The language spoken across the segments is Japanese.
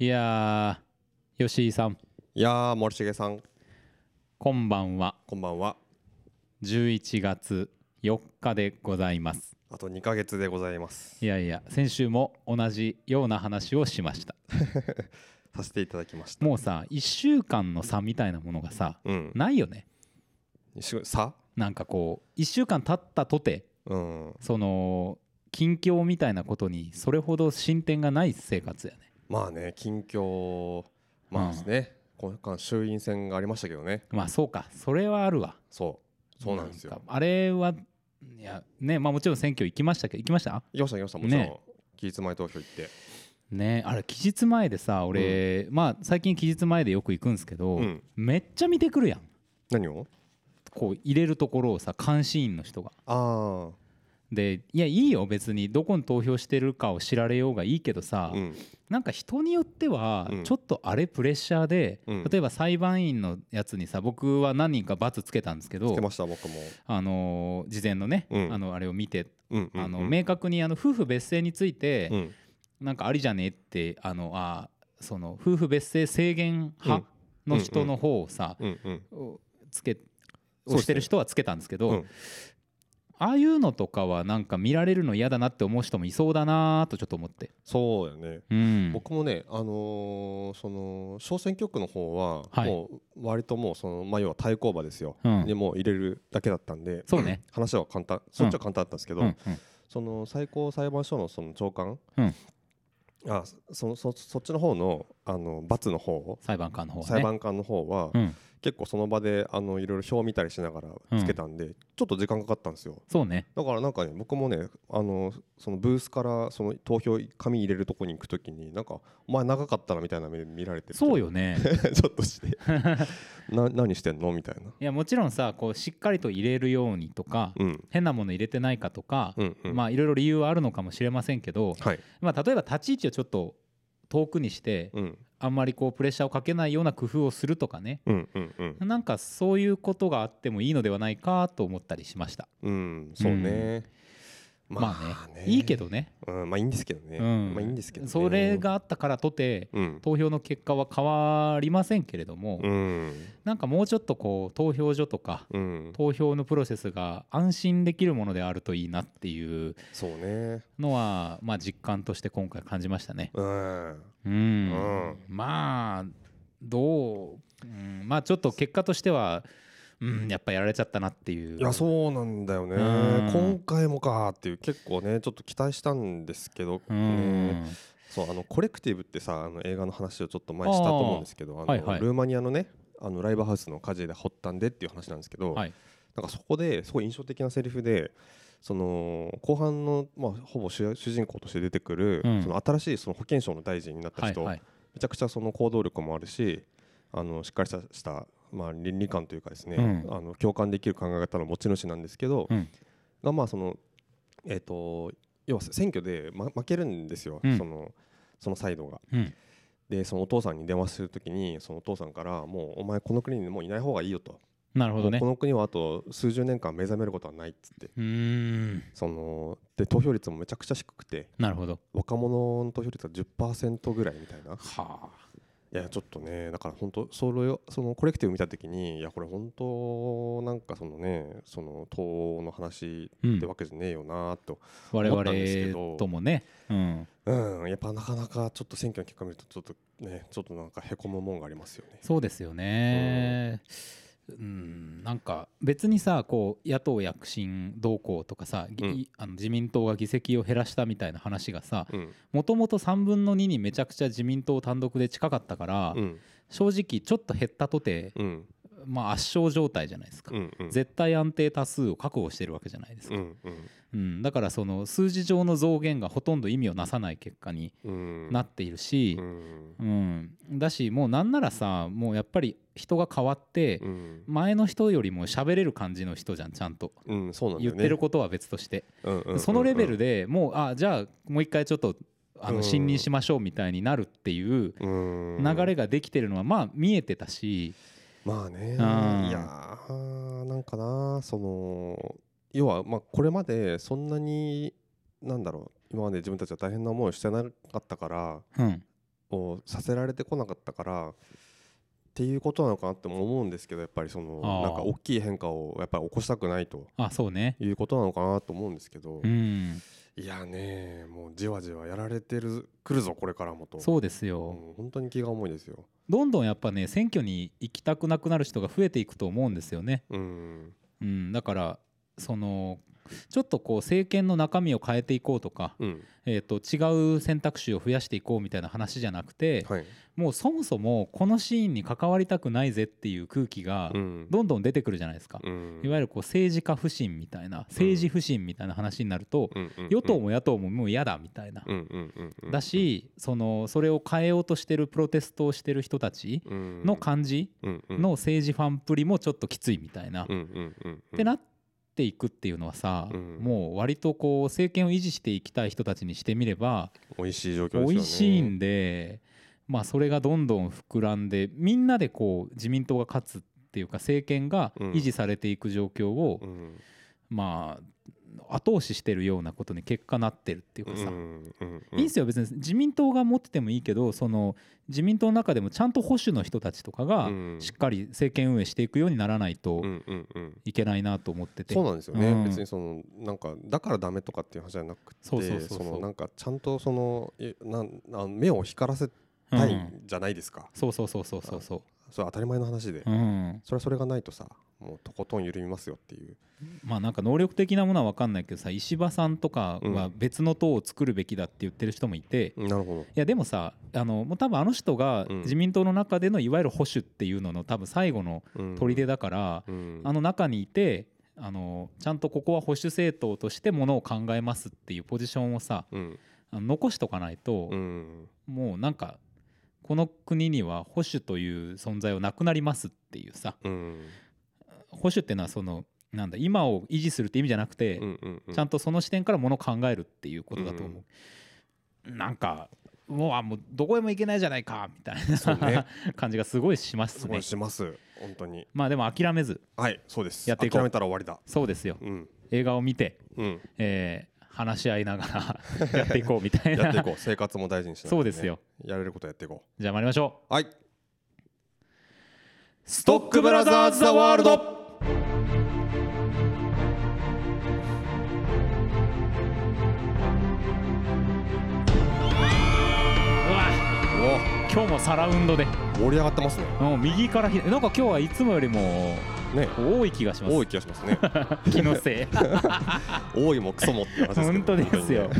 いやー、吉井さん、 いやー、森重さん、 こんばんは。 こんばんは。 11月4日でございます。 あと2ヶ月でございます。 いやいや、先週も同じような話をしました。 させていただきました。 もうさ、1週間の差みたいなものがさ、ないよね。 差なんかこう、1週間経ったとて、その、近況みたいなことにそれほど進展がない生活やね。 まあね、近況、まあですね、今回衆院選がありましたけどね。 まあそうか、それはあるわ。 そうなんですよ。 あれは、いやね、まあもちろん選挙行きましたけど、行きました？ 行きました、もちろん、 ね、 期日前投票行って。 ね、あれ期日前でさ、俺、まあ最近期日前でよく行くんですけど、めっちゃ見てくるやん。 何を？ こう入れるところをさ、監視員の人が。で、いやいいよ別にどこに投票してるかを知られようがいいけどさ、なんか人によってはちょっとあれプレッシャーで、例えば裁判員のやつにさ、僕は何人か×つけたんですけど、 つけました僕も。 事前のね、あれを見て、明確に夫婦別姓について、なんかありじゃねえってその夫婦別姓制限派の人の方をさ、押してる人はつけたんですけど、ああいうのとかはなんか見られるの嫌だなって思う人もいそうだなとちょっと思って。 そうよね、僕もね、その小選挙区の方はもう割ともう要は対抗馬ですよ、にもう入れるだけだったんで、 そうね、 話は簡単、そっちは簡単だったんですけど、その最高裁判所のその長官、そっちの方の罰の方、 裁判官の方は結構その場でいろいろ表見たりしながらつけたんで、ちょっと時間かかったんですよ。 そうね。 だからなんかね、僕もね、そのブースからその投票紙入れるとこに行くときに、なんかお前長かったなみたいな目で見られてる。 そうよね。 ちょっとして何してんのみたいな。 いやもちろんさ、こうしっかりと入れるようにとか、変なもの入れてないかとか、まあいろいろ理由はあるのかもしれませんけど、まあ例えば立ち位置をちょっと遠くにして、あんまりこうプレッシャーをかけないような工夫をするとかね、なんかそういうことがあってもいいのではないかと思ったりしました。 そうね。 まあね、いいけどね。 まあいいんですけどね。まあいいんですけどね。 それがあったからとて、投票の結果は変わりませんけれども、なんかもうちょっとこう投票所とか、投票のプロセスが安心できるものであるといいなっていうのは、まあ実感として今回感じましたね。まあまあちょっと結果としては、やっぱやられちゃったなっていう。 いやそうなんだよね、今回もかっていう、結構ねちょっと期待したんですけどね。そうコレクティブってさ、映画の話をちょっと前したと思うんですけど、ルーマニアのねライブハウスの火事で発端でっていう話なんですけど、なんかそこですごい印象的なセリフで、その後半の、ほぼ主人公として出てくる、その新しいその保健省の大臣になった人、めちゃくちゃその行動力もあるし、しっかりした倫理観というかですね、共感できる考え方の持ち主なんですけど、がまあその要は選挙で、負けるんですよ、そのサイドが。でそのお父さんに電話するときに、そのお父さんからもうお前この国にもういない方がいいよと。 なるほどね。 この国はあと数十年間目覚めることはないっつって。で投票率もめちゃくちゃ低くて、 なるほど、 若者の投票率は 10% ぐらいみたいな。いやちょっとね、だから本当そのコレクティブ見たときに、いやこれ本当なんかそのね、その党の話ってわけじゃねえよなと思ったんですけど、 我々ともね、 やっぱなかなかちょっと選挙の結果見るとちょっとなんかへこむもんがありますよね。 そうですよね。なんか別にさ、こう野党躍進動向とかさ、自民党が議席を減らしたみたいな話がさ、もともと3分の2にめちゃくちゃ自民党単独で近かったから、正直ちょっと減ったとて、まあ圧勝状態じゃないですか、絶対安定多数を確保してるわけじゃないですか、だからその数字上の増減がほとんど意味をなさない結果になっているし、だしもうなんならさ、もうやっぱり人が変わって、前の人よりも喋れる感じの人じゃん、ちゃんと、言ってることは別として、そのレベルでもうじゃあもう一回ちょっと信任しましょうみたいになるっていう流れができてるのはまあ見えてたし、 まあね、いやなんかな、その要はこれまでそんなになんだろう、今まで自分たちは大変な思いをしてなかったから、 をさせられてこなかったからっていうことなのかなって思うんですけど、やっぱりなんか大きい変化をやっぱり起こしたくないということなのかなと思うんですけど、いやね、もうじわじわやられてくるぞこれからもと。 そうですよ、 本当に気が重いですよ。 どんどんやっぱね選挙に行きたくなくなる人が増えていくと思うんですよね。だからちょっとこう政権の中身を変えていこうとか、違う選択肢を増やしていこうみたいな話じゃなくて、もうそもそもこのシーンに関わりたくないぜっていう空気がどんどん出てくるじゃないですか。いわゆるこう政治家不信みたいな、政治不信みたいな話になると、与党も野党ももう嫌だみたいな、だしそれを変えようとしてるプロテストをしてる人たちの感じの政治ファンプリもちょっときついみたいなってなっていくっていうのはさ、もう割とこう政権を維持していきたい人たちにしてみれば美味しい状況ですよね。 美味しいんで、それがどんどん膨らんでみんなでこう自民党が勝つっていうか政権が維持されていく状況を後押ししてるようなことに結果なってるっていうかさ、いいんですよ別に自民党が持っててもいいけど、自民党の中でもちゃんと保守の人たちとかがしっかり政権運営していくようにならないといけないなと思ってて。 そうなんですよね、別になんかだからダメとかっていう話じゃなくて、なんかちゃんと目を光らせたいんじゃないですか。そうそれ当たり前の話で、それがないとさ、もうとことん緩みますよっていう。 なんか能力的なものは分かんないけどさ、石破さんとかは別の党を作るべきだって言ってる人もいて、 なるほど。いやでもさ、もう多分あの人が自民党の中でのいわゆる保守っていうのの多分最後の砦だから、中にいてちゃんとここは保守政党としてものを考えますっていうポジションをさ、残しとかないと、もうなんかこの国には保守という存在はなくなりますっていうさ、保守っていうのはなんだ今を維持するって意味じゃなくて、ちゃんとその視点からものを考えるっていうことだと思う。なんかもうどこへも行けないじゃないかみたいな感じがすごいしますね。 すごいします本当に。 でも諦めず、 そうです。 やっていこう。 諦めたら終わりだ。 そうですよ、映画を見て、話し合いながらやっていこうみたいなやっていこう。生活も大事にしながら、 そうですよ。 やれることやっていこう。じゃあ参りましょう。 ストックブラザーズ・ザ・ワールド。今日もサラウンドで盛り上がってますね。 右からなんか今日はいつもよりも多い気がします。 多い気がしますね。 気のせい。 多いもクソもって話ですけど。 本当ですよ。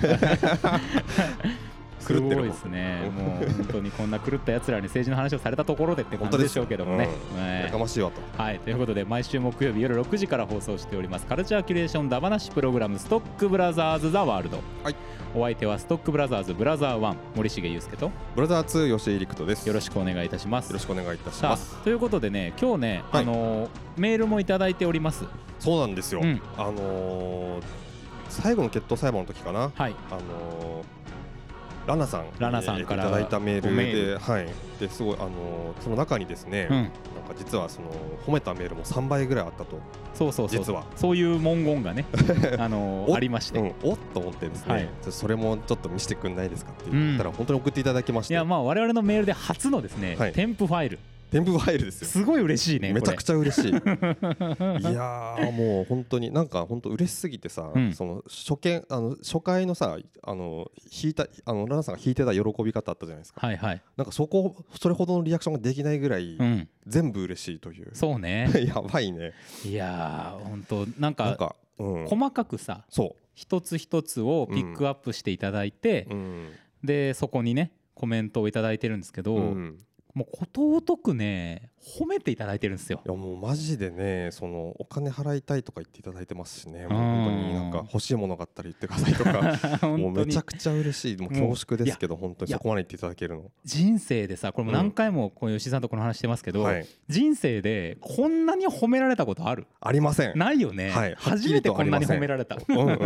すごいですね。もう本当にこんな狂ったやつらに政治の話をされたところでって感じでしょうけどもね。 やかましいわと。 ということで毎週木曜日夜6時から放送しておりますカルチャーキュレーションダバなしプログラムストックブラザーズ・ザ・ワールド。お相手はストックブラザーズブラザー1森重裕介とブラザー2吉井陸斗です。 よろしくお願いいたします。 よろしくお願いいたします。 ということでね、今日ね、メールもいただいております。 そうなんですよ。最後の決闘裁判の時かな、ラナさんからいただいたメールで、ですごいその中にですね、なんか実は褒めたメールも3倍ぐらいあったと。実はそういう文言がねありまして、 おっと思ってですね、それもちょっと見せてくんないですかって言ったら本当に送っていただきまして、 いや我々のメールで初のですね添付ファイルですよ。すごい嬉しいね。 めちゃくちゃ嬉しい。いやもう本当になんか本当嬉しすぎてさ、初回のさ弾いたラナさんが弾いてた喜び方あったじゃないですか。なんかそれほどのリアクションができないぐらい全部嬉しいという。 そうね。 やばいね。 いや本当なんか細かくさ、一つ一つをピックアップしていただいて、でそこにねコメントをいただいてるんですけど。もうことごとくね褒めていただいてるんですよ。 いやもうマジでね、お金払いたいとか言っていただいてますしね、もう本当になんか欲しいものがあったら言ってくださいとかもうめちゃくちゃ嬉しい。もう恐縮ですけど本当にそこまで言っていただけるの。 人生でさ、これも何回も吉井さんとこの話してますけど、人生でこんなに褒められたことある？ ありません。 ないよね。初めてこんなに褒められた。ここが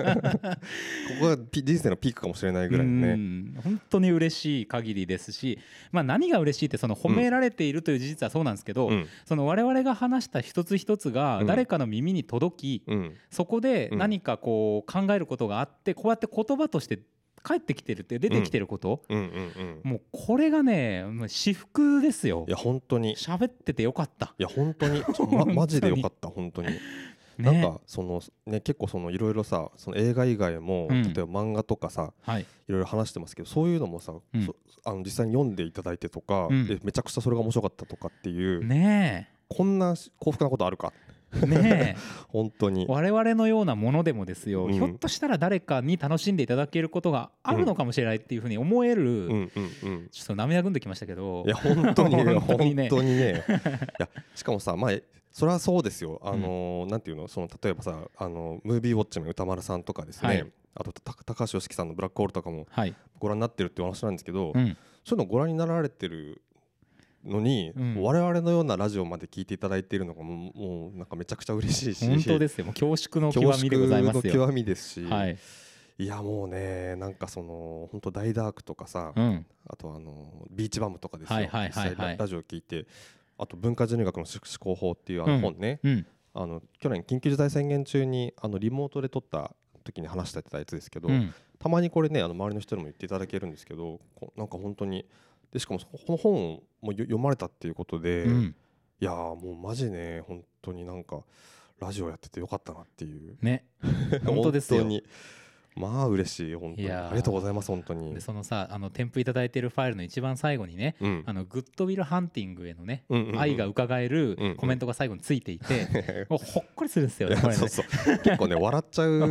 人生のピークかもしれないぐらいね。 本当に嬉しい限りですし、何が嬉しいって褒められているという事実はそうなんですけど、我々が話した一つ一つが誰かの耳に届き、そこで何かこう考えることがあって、こうやって言葉として帰ってきてるって出てきてること、もうこれがね至福ですよ。 いや本当に喋っててよかった。 いや本当にマジでよかった本当に。なんかそのね結構そのいろいろさその映画以外も例えば漫画とかさいろいろ話してますけど、そういうのもさ実際に読んでいただいてとかめちゃくちゃそれが面白かったとかっていうね、こんな幸福なことあるかね本当に我々のようなものでもですよ、ひょっとしたら誰かに楽しんでいただけることがあるのかもしれないっていうふうに思える、ちょっと涙ぐんできましたけど、 いや本当に本当にねいやしかもさそれはそうですよ。なんていうのその例えばさムービーウォッチメン歌丸さんとかですね、あと高橋良樹さんのブラックホールとかもご覧になってるっていう話なんですけど、そういうのご覧になられてるのに、我々のようなラジオまで聞いていただいているのがもうなんかめちゃくちゃ嬉しいし、 本当ですよ。もう恐縮の極みでございますよ。 恐縮の極みですし、いやもうねなんかその本当大ダークとかさ、あとビーチバムとかですよ、実際ラジオ聞いて、あと文化人類学の思考法っていう本ね、去年緊急事態宣言中にリモートで撮った時に話してたやつですけど、たまにこれね周りの人にも言っていただけるんですけど、なんか本当にでしかもこの本も読まれたっていうことで、いやもうマジね本当になんかラジオやっててよかったなっていうね本当ですよ。 本当にまあ嬉しい本当にありがとうございます本当に。 でそのさ添付いただいているファイルの一番最後にね、グッドウィルハンティングへのね、愛が伺えるコメントが最後についていて、ほっこりするんですよねこれね。 そう結構ね笑っちゃう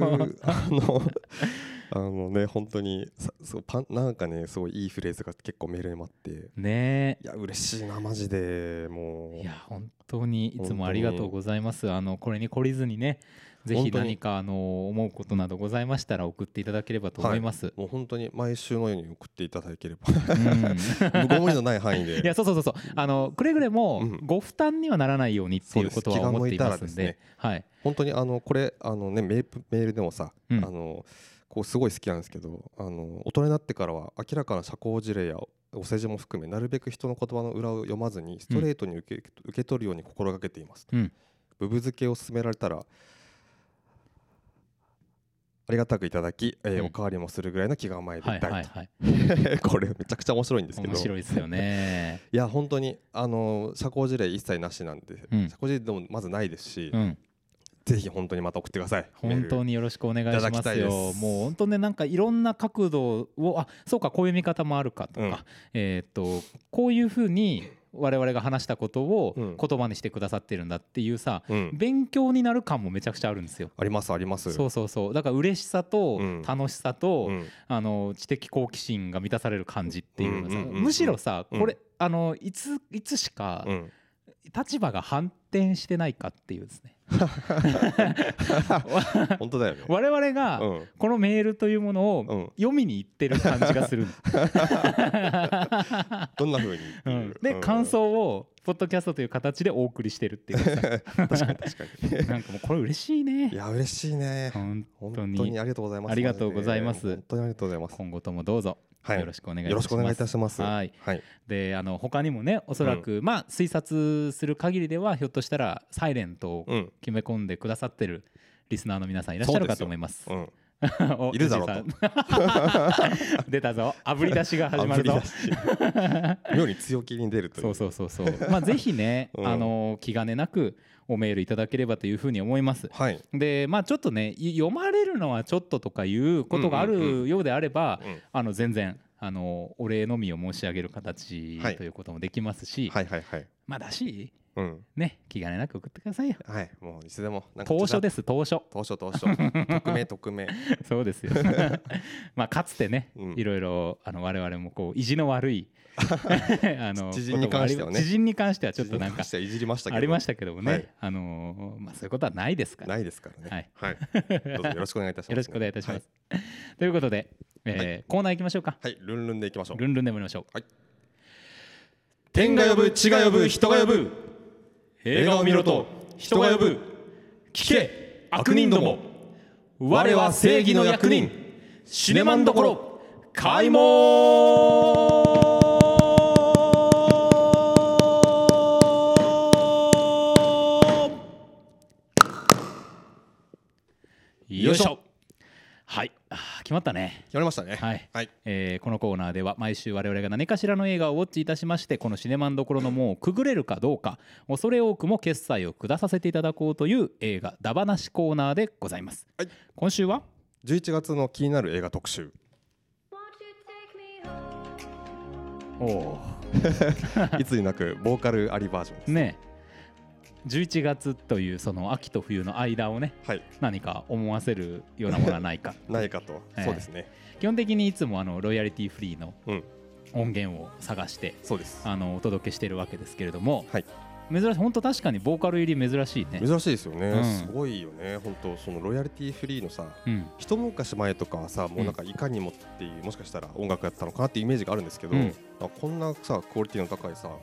ね本当になんかねすごいいいフレーズが結構メールにもあってね、いや嬉しいなマジで。もういや本当にいつもありがとうございます。これに懲りずにねぜひ何か思うことなどございましたら送っていただければと思います。 もう本当に毎週のように送っていただければご無理のない範囲で。 いやそうくれぐれもご負担にはならないようにっていうことは思っていますんで、 本当にこれねメールでもさこうすごい好きなんですけど、大人になってからは明らかな社交辞令やお世辞も含めなるべく人の言葉の裏を読まずにストレートに受け取るように心がけています。ブブ漬けを勧められたらありがたくいただき、おかわりもするぐらいの気構えでいたいと。これめちゃくちゃ面白いんですけど、 面白いですよね。 いや本当に社交辞令一切なしなんで、社交辞令でもまずないですし、ぜひ本当にまた送ってください。 本当によろしくお願いしますよ。もう本当ねなんかいろんな角度をそうかこういう見方もあるかとか、こういうふうに我々が話したことを言葉にしてくださってるんだっていうさ、勉強になる感もめちゃくちゃあるんですよ。 ありますあります。 そうだから嬉しさと楽しさと、知的好奇心が満たされる感じっていうのさ、むしろさこれいつしか立場が反転してないかっていうですね本当だよね。 我々がこのメールというものを読みに行ってる感じがするどんな風にで感想をポッドキャストという形でお送りしてるっていう確かになんかもうこれ嬉しいね。 いや嬉しいね本当にありがとうございます。 ありがとうございます。 本当にありがとうございます。 今後ともどうぞよろしくお願いいたします。 よろしくお願いいたします。 で他にもねおそらく推察する限りではひょっとしたらサイレントを決め込んでくださってるリスナーの皆さんいらっしゃるかと思います。 いるだろうと出たぞ炙り出しが始まるぞ妙に強気に出るという。 そうぜひね気兼ねなくおメールいただければというふうに思います。でちょっとね読まれるのはちょっととかいうことがあるようであれば全然お礼のみを申し上げる形ということもできますし、だしね気兼ねなく送ってくださいよ。 もういつでも当初です当初匿名そうですよかつてねいろいろ我々もこう意地の悪い知人に関してはちょっとなんかいじりましたけどありましたけどもね、そういうことはないですからね。どうぞよろしくお願いいたします。 よろしくお願いいたします。ということでコーナー行きましょうか。 ルンルンで行きましょう。 ルンルンでもりましょう。 天が呼ぶ地が呼ぶ人が呼ぶ映画を見ろと人が呼ぶ聞け悪人ども我は正義の役人シネマンどころ開門。 よいしょ。はい決まったね。 決まりましたね。 はい、 はい。 このコーナーでは毎週我々が何かしらの映画をウォッチいたしまして、このシネマンどころの門をくぐれるかどうか、恐れ多くも決済を下させていただこうという映画だばなしコーナーでございます。 はい、 今週は 11月の気になる映画特集。 おいつになくボーカルありバージョンですね。11月というその秋と冬の間をね、 はい、 何か思わせるようなものはないかないかと、そうですね。 基本的にいつもロイヤリティフリーの音源を探して、 そうです、 お届けしているわけですけれども、 はい、 珍しい、本当確かにボーカル入り珍しいね。 珍しいですよね、すごいよね。本当そのロイヤリティフリーのさ、一昔前とかはさ、もうなんかいかにもっていう、もしかしたら音楽やったのかなっていうイメージがあるんですけど、こんなさクオリティの高いさ、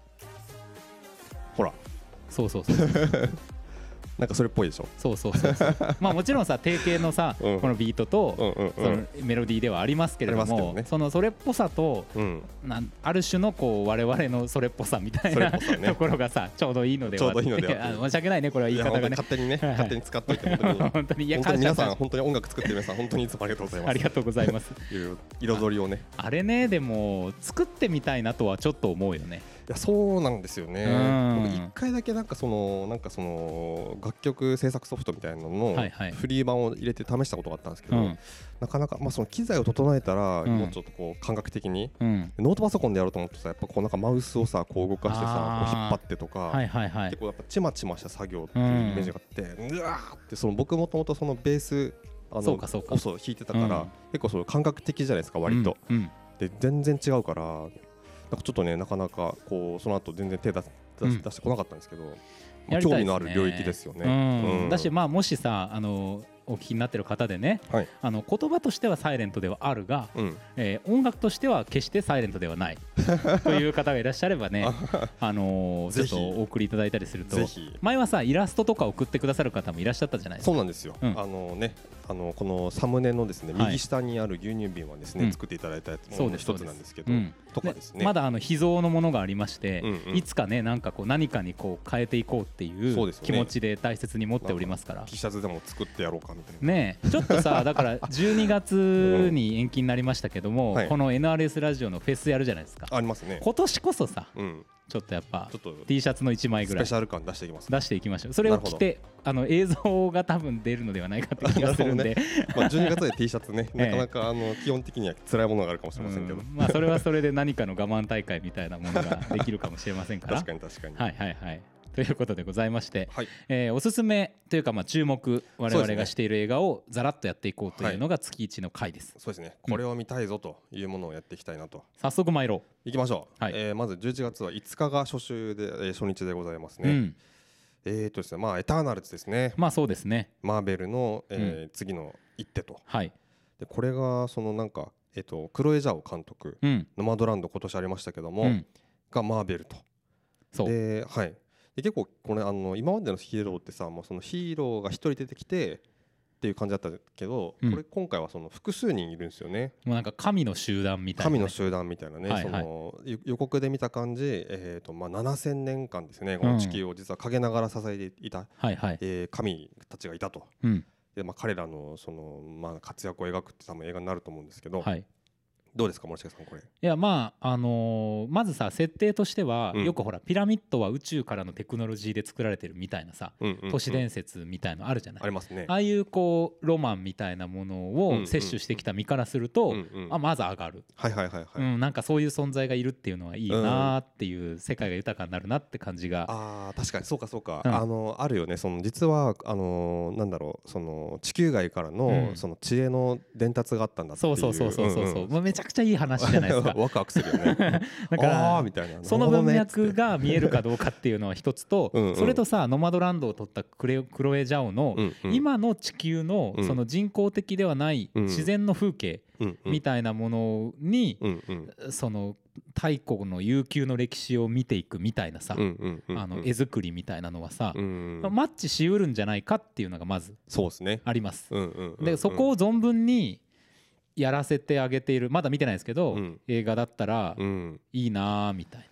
ほらそうなんかそれっぽいでしょ。 そうまあもちろんさ定型のさ、このビートとそのメロディーではありますけれども、それっぽさとある種のこう我々のそれっぽさみたいなところがさちょうどいいのでは。申し訳ないね、これは言い方がね。 勝手に使っといて本当に皆さん、本当に音楽作ってる皆さん、本当にいつもありがとうございます。 ありがとうございます。 彩りをね。 あれね、でも作ってみたいなとはちょっと思うよね。 いや、そうなんですよね。僕一回だけなんかその楽曲制作ソフトみたいなののフリー版を入れて試したことがあったんですけど、なかなかその機材を整えたらもうちょっとこう感覚的にノートパソコンでやろうと思ってさ、やっぱこうなんかマウスをさこう動かしてさ、こう引っ張ってとか、結構やっぱちまちました作業っていうイメージがあって、うわーって、その僕もともとそのベースそう弾いてたから、結構その感覚的じゃないですか、割と。で全然違うから、なんかちょっとね、なかなかこうその後全然手出してこなかったんですけど、興味のある領域ですよね。 だし、もしさお聞きになってる方でね、言葉としてはサイレントではあるが、音楽としては決してサイレントではないという方がいらっしゃればね、ちょっとお送りいただいたりすると。前はさイラストとか送ってくださる方もいらっしゃったじゃないですか。 そうなんですよ。このサムネのですね、右下にある牛乳瓶はですね、作っていただいたものの一つなんですけど、とかですね、 まだ秘蔵のものがありまして、いつかね、なんかこう何かにこう変えていこうっていう気持ちで大切に持っておりますから。 T シャツでも作ってやろうかみたいなね。ちょっとさだから12月に延期になりましたけども、この NRS ラジオのフェスやるじゃないですか。 ありますね。 今年こそさ、ちょっとやっぱ T シャツの1枚ぐらいスペシャル感出していきましょう。 それを着て映像が多分出るのではないかという気がするんで 12月で T シャツね、なかなか基本的には辛いものがあるかもしれませんけど、 それはそれで何かの我慢大会みたいなものができるかもしれませんから確かにということでございまして、おすすめというか注目、我々がしている映画をざらっとやっていこうというのが月1の回です。 そうですね。これを見たいぞというものをやっていきたいなと。 早速参ろう。 いきましょう。まず11月は5日が初日でございますね。ですね、エターナルズですね。 そうですね。 マーベルの次の一手と。でこれがそのなんかクロエ・ジャオ監督、ノマドランド今年ありましたけども、がマーベルと。で結構これ今までのヒーローってさ、もうそのヒーローが一人出てきてっていう感じだったけど、これ今回はその複数人いるんですよね。 もうなんか神の集団みたいな、 神の集団みたいなね、その予告で見た感じ、7000年間ですね、この地球を実は陰ながら支えていた神たちがいたと。で彼らのその活躍を描くって多分映画になると思うんですけど、どうですか森重さん、これ。 いやまずさ設定としては、よくほらピラミッドは宇宙からのテクノロジーで作られてるみたいなさ、都市伝説みたいのあるじゃない。 ありますね。 ああいうこうロマンみたいなものを摂取してきた身からすると、まず上がる。なんかそういう存在がいるっていうのはいいなっていう、世界が豊かになるなって感じが。 確かにそうか、あるよね。その実はなんだろう、その地球外からのその知恵の伝達があったんだっていう。 そうめちゃくちゃいい話じゃないですか。 ワクワクするよね。 だからみたいな、その文脈が見えるかどうかっていうのは一つと、それとさノマドランドを取ったクロエ・ジャオの今の地球のその人工的ではない自然の風景みたいなものに、その太古の悠久の歴史を見ていくみたいなさ、絵作りみたいなのはさ、マッチしうるんじゃないかっていうのがまずあります。でそこを存分にやらせてあげている、まだ見てないですけど、映画だったらいいなみたいな。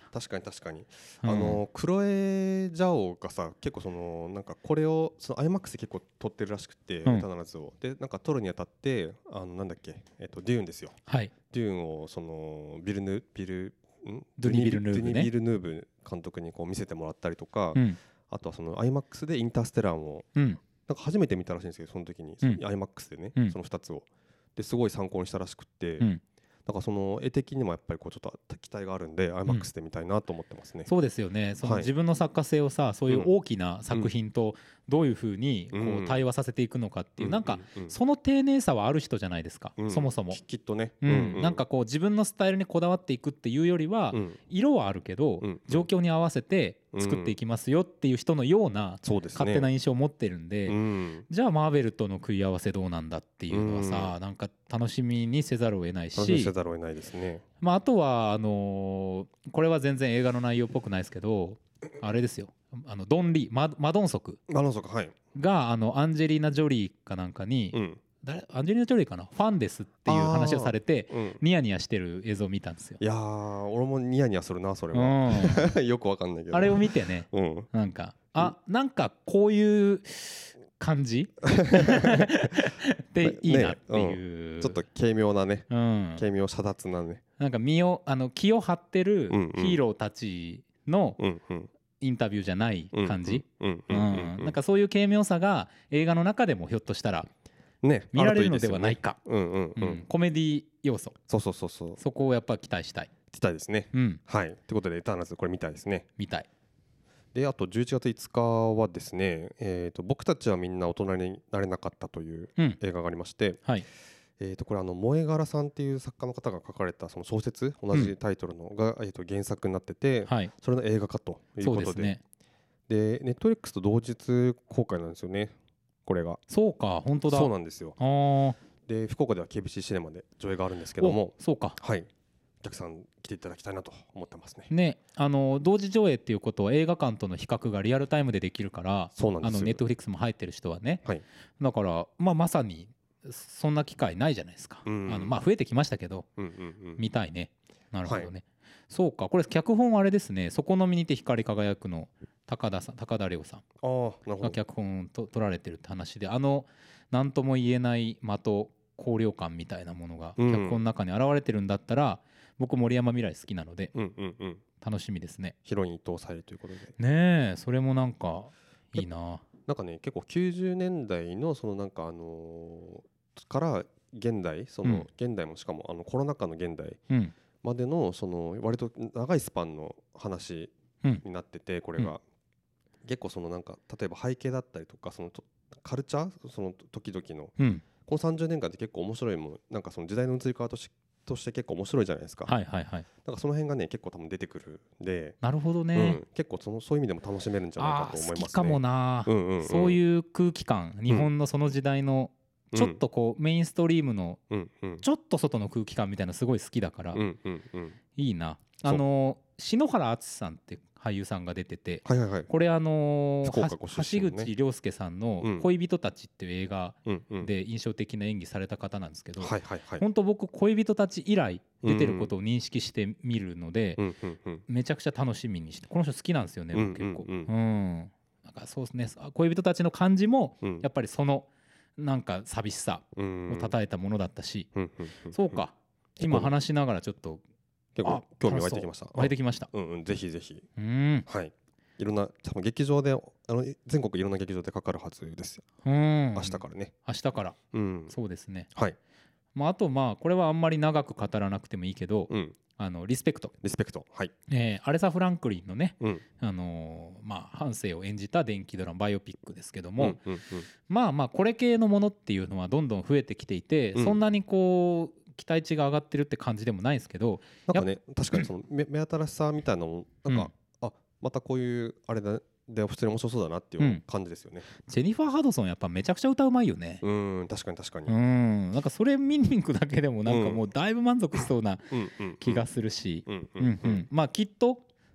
確かに確かに、クロエ・ジャオがさ結構なんかこれをIMAX で結構撮ってるらしくて、エターナルズをでなんか撮るにあたってなんだっけ、デューンですよ、 はい、 デューンをドゥニ・ビルヌーブ監督にこう見せてもらったりとか、あとはIMAX でインターステラーもなんか初めて見たらしいんですけど、その時にIMAX でね、その2つをですごい参考にしたらしくて、だから絵的にもやっぱりこうちょっと期待があるんで IMAX で見たいなと思ってますね。 そうですよね。自分の作家性をさ、そういう大きな作品とどういうふうにこう対話させていくのかっていう、なんかその丁寧さはある人じゃないですか、そもそもきっとね、 なんかこう自分のスタイルにこだわっていくっていうよりは、色はあるけど状況に合わせて作っていきますよっていう人のような勝手な印象を持ってるんで、じゃあマーベルとの食い合わせどうなんだっていうのはさ、なんか楽しみにせざるを得ないし、あとはこれは全然映画の内容っぽくないですけど、あれですよ、ドン・リー、マドンソクがアンジェリーナ・ジョリーかなんかに、アンジェリーナ・ジョリーかな、ファンですっていう話をされてニヤニヤしてる映像を見たんですよ。 いやー俺もニヤニヤするなそれは、よくわかんないけど、 あれを見てね、なんかなんかこういう感じでいいなっていう、 ちょっと軽妙なね、軽妙遮奪なね、 なんか気を張ってるヒーローたちのインタビューじゃない感じ、なんかそういう軽妙さが映画の中でもひょっとしたら見られるのではないか、コメディ要素、そこをやっぱ期待したいですね。はい、ということでエターナルズこれ見たいですね。 見たい。 であと11月5日はですね、僕たちはみんな大人になれなかったという映画がありまして、これ萌え柄さんっていう作家の方が書かれたその小説、同じタイトルのが原作になってて、それの映画化ということで、でネットフリックスと同日公開なんですよね、これが。 そうか、本当だ。 そうなんですよ。で福岡では KBC シネマで上映があるんですけども、 そうか、 はい、お客さん来ていただきたいなと思ってますね。 同時上映っていうことは映画館との比較がリアルタイムでできるから、 そうなんですよ。 ネットフリックスも入ってる人はね、だからまさにそんな機会ないじゃないですか。増えてきましたけど、見たいね。なるほどね。そうか、これ脚本はあれですね、そこの身にて光り輝くの高田亮さんが脚本を取られてるって話で、何とも言えない的高揚感みたいなものが脚本の中に現れてるんだったら、僕森山未來好きなので楽しみですね。 ヒロイン伊藤沙莉ということでね、それもなんかいいな。 なんかね結構90年代のなんかから現代、現代もしかもコロナ禍の現代までの割と長いスパンの話になってて、これが結構なんか例えば背景だったりとかカルチャー時々のこの30年間って結構面白いもん、なんか時代の移り変わりとして結構面白いじゃないですか。なんかその辺がね結構多分出てくるんで、 なるほどね、 結構そういう意味でも楽しめるんじゃないかと思いますね。 好きかもな、そういう空気感、日本のその時代のちょっとこうメインストリームのちょっと外の空気感みたいなすごい好きだから、いいな。篠原敦さんって俳優さんが出てて、これ橋口亮介さんの恋人たちっていう映画で印象的な演技された方なんですけど、本当僕恋人たち以来出てることを認識してみるので、めちゃくちゃ楽しみにして、この人好きなんですよね、僕結構。なんかそうですね、恋人たちの感じもやっぱりなんか寂しさをたたえたものだったし、そうか、今話しながらちょっと結構興味湧いてきました。 湧いてきました。 ぜひぜひ。はい。いろんな多分劇場で全国いろんな劇場でかかるはずですよ。明日からね。 明日から。そうですね。 はい。 あとこれはあんまり長く語らなくてもいいけど、リスペクト。 はい。 アレサ・フランクリンのね、半生を演じた電気ドラマバイオピックですけども、これ系のものっていうのはどんどん増えてきていて、そんなにこう期待値が上がってるって感じでもないんですけど、 なんかね確かに目新しさみたいなのもなんか、またこういうあれで普通に面白そうだなっていう感じですよね。 ジェニファー・ハドソンやっぱめちゃくちゃ歌うまいよね。 確かに。 なんかそれ見に行くだけでもなんかもうだいぶ満足しそうな気がするし、きっと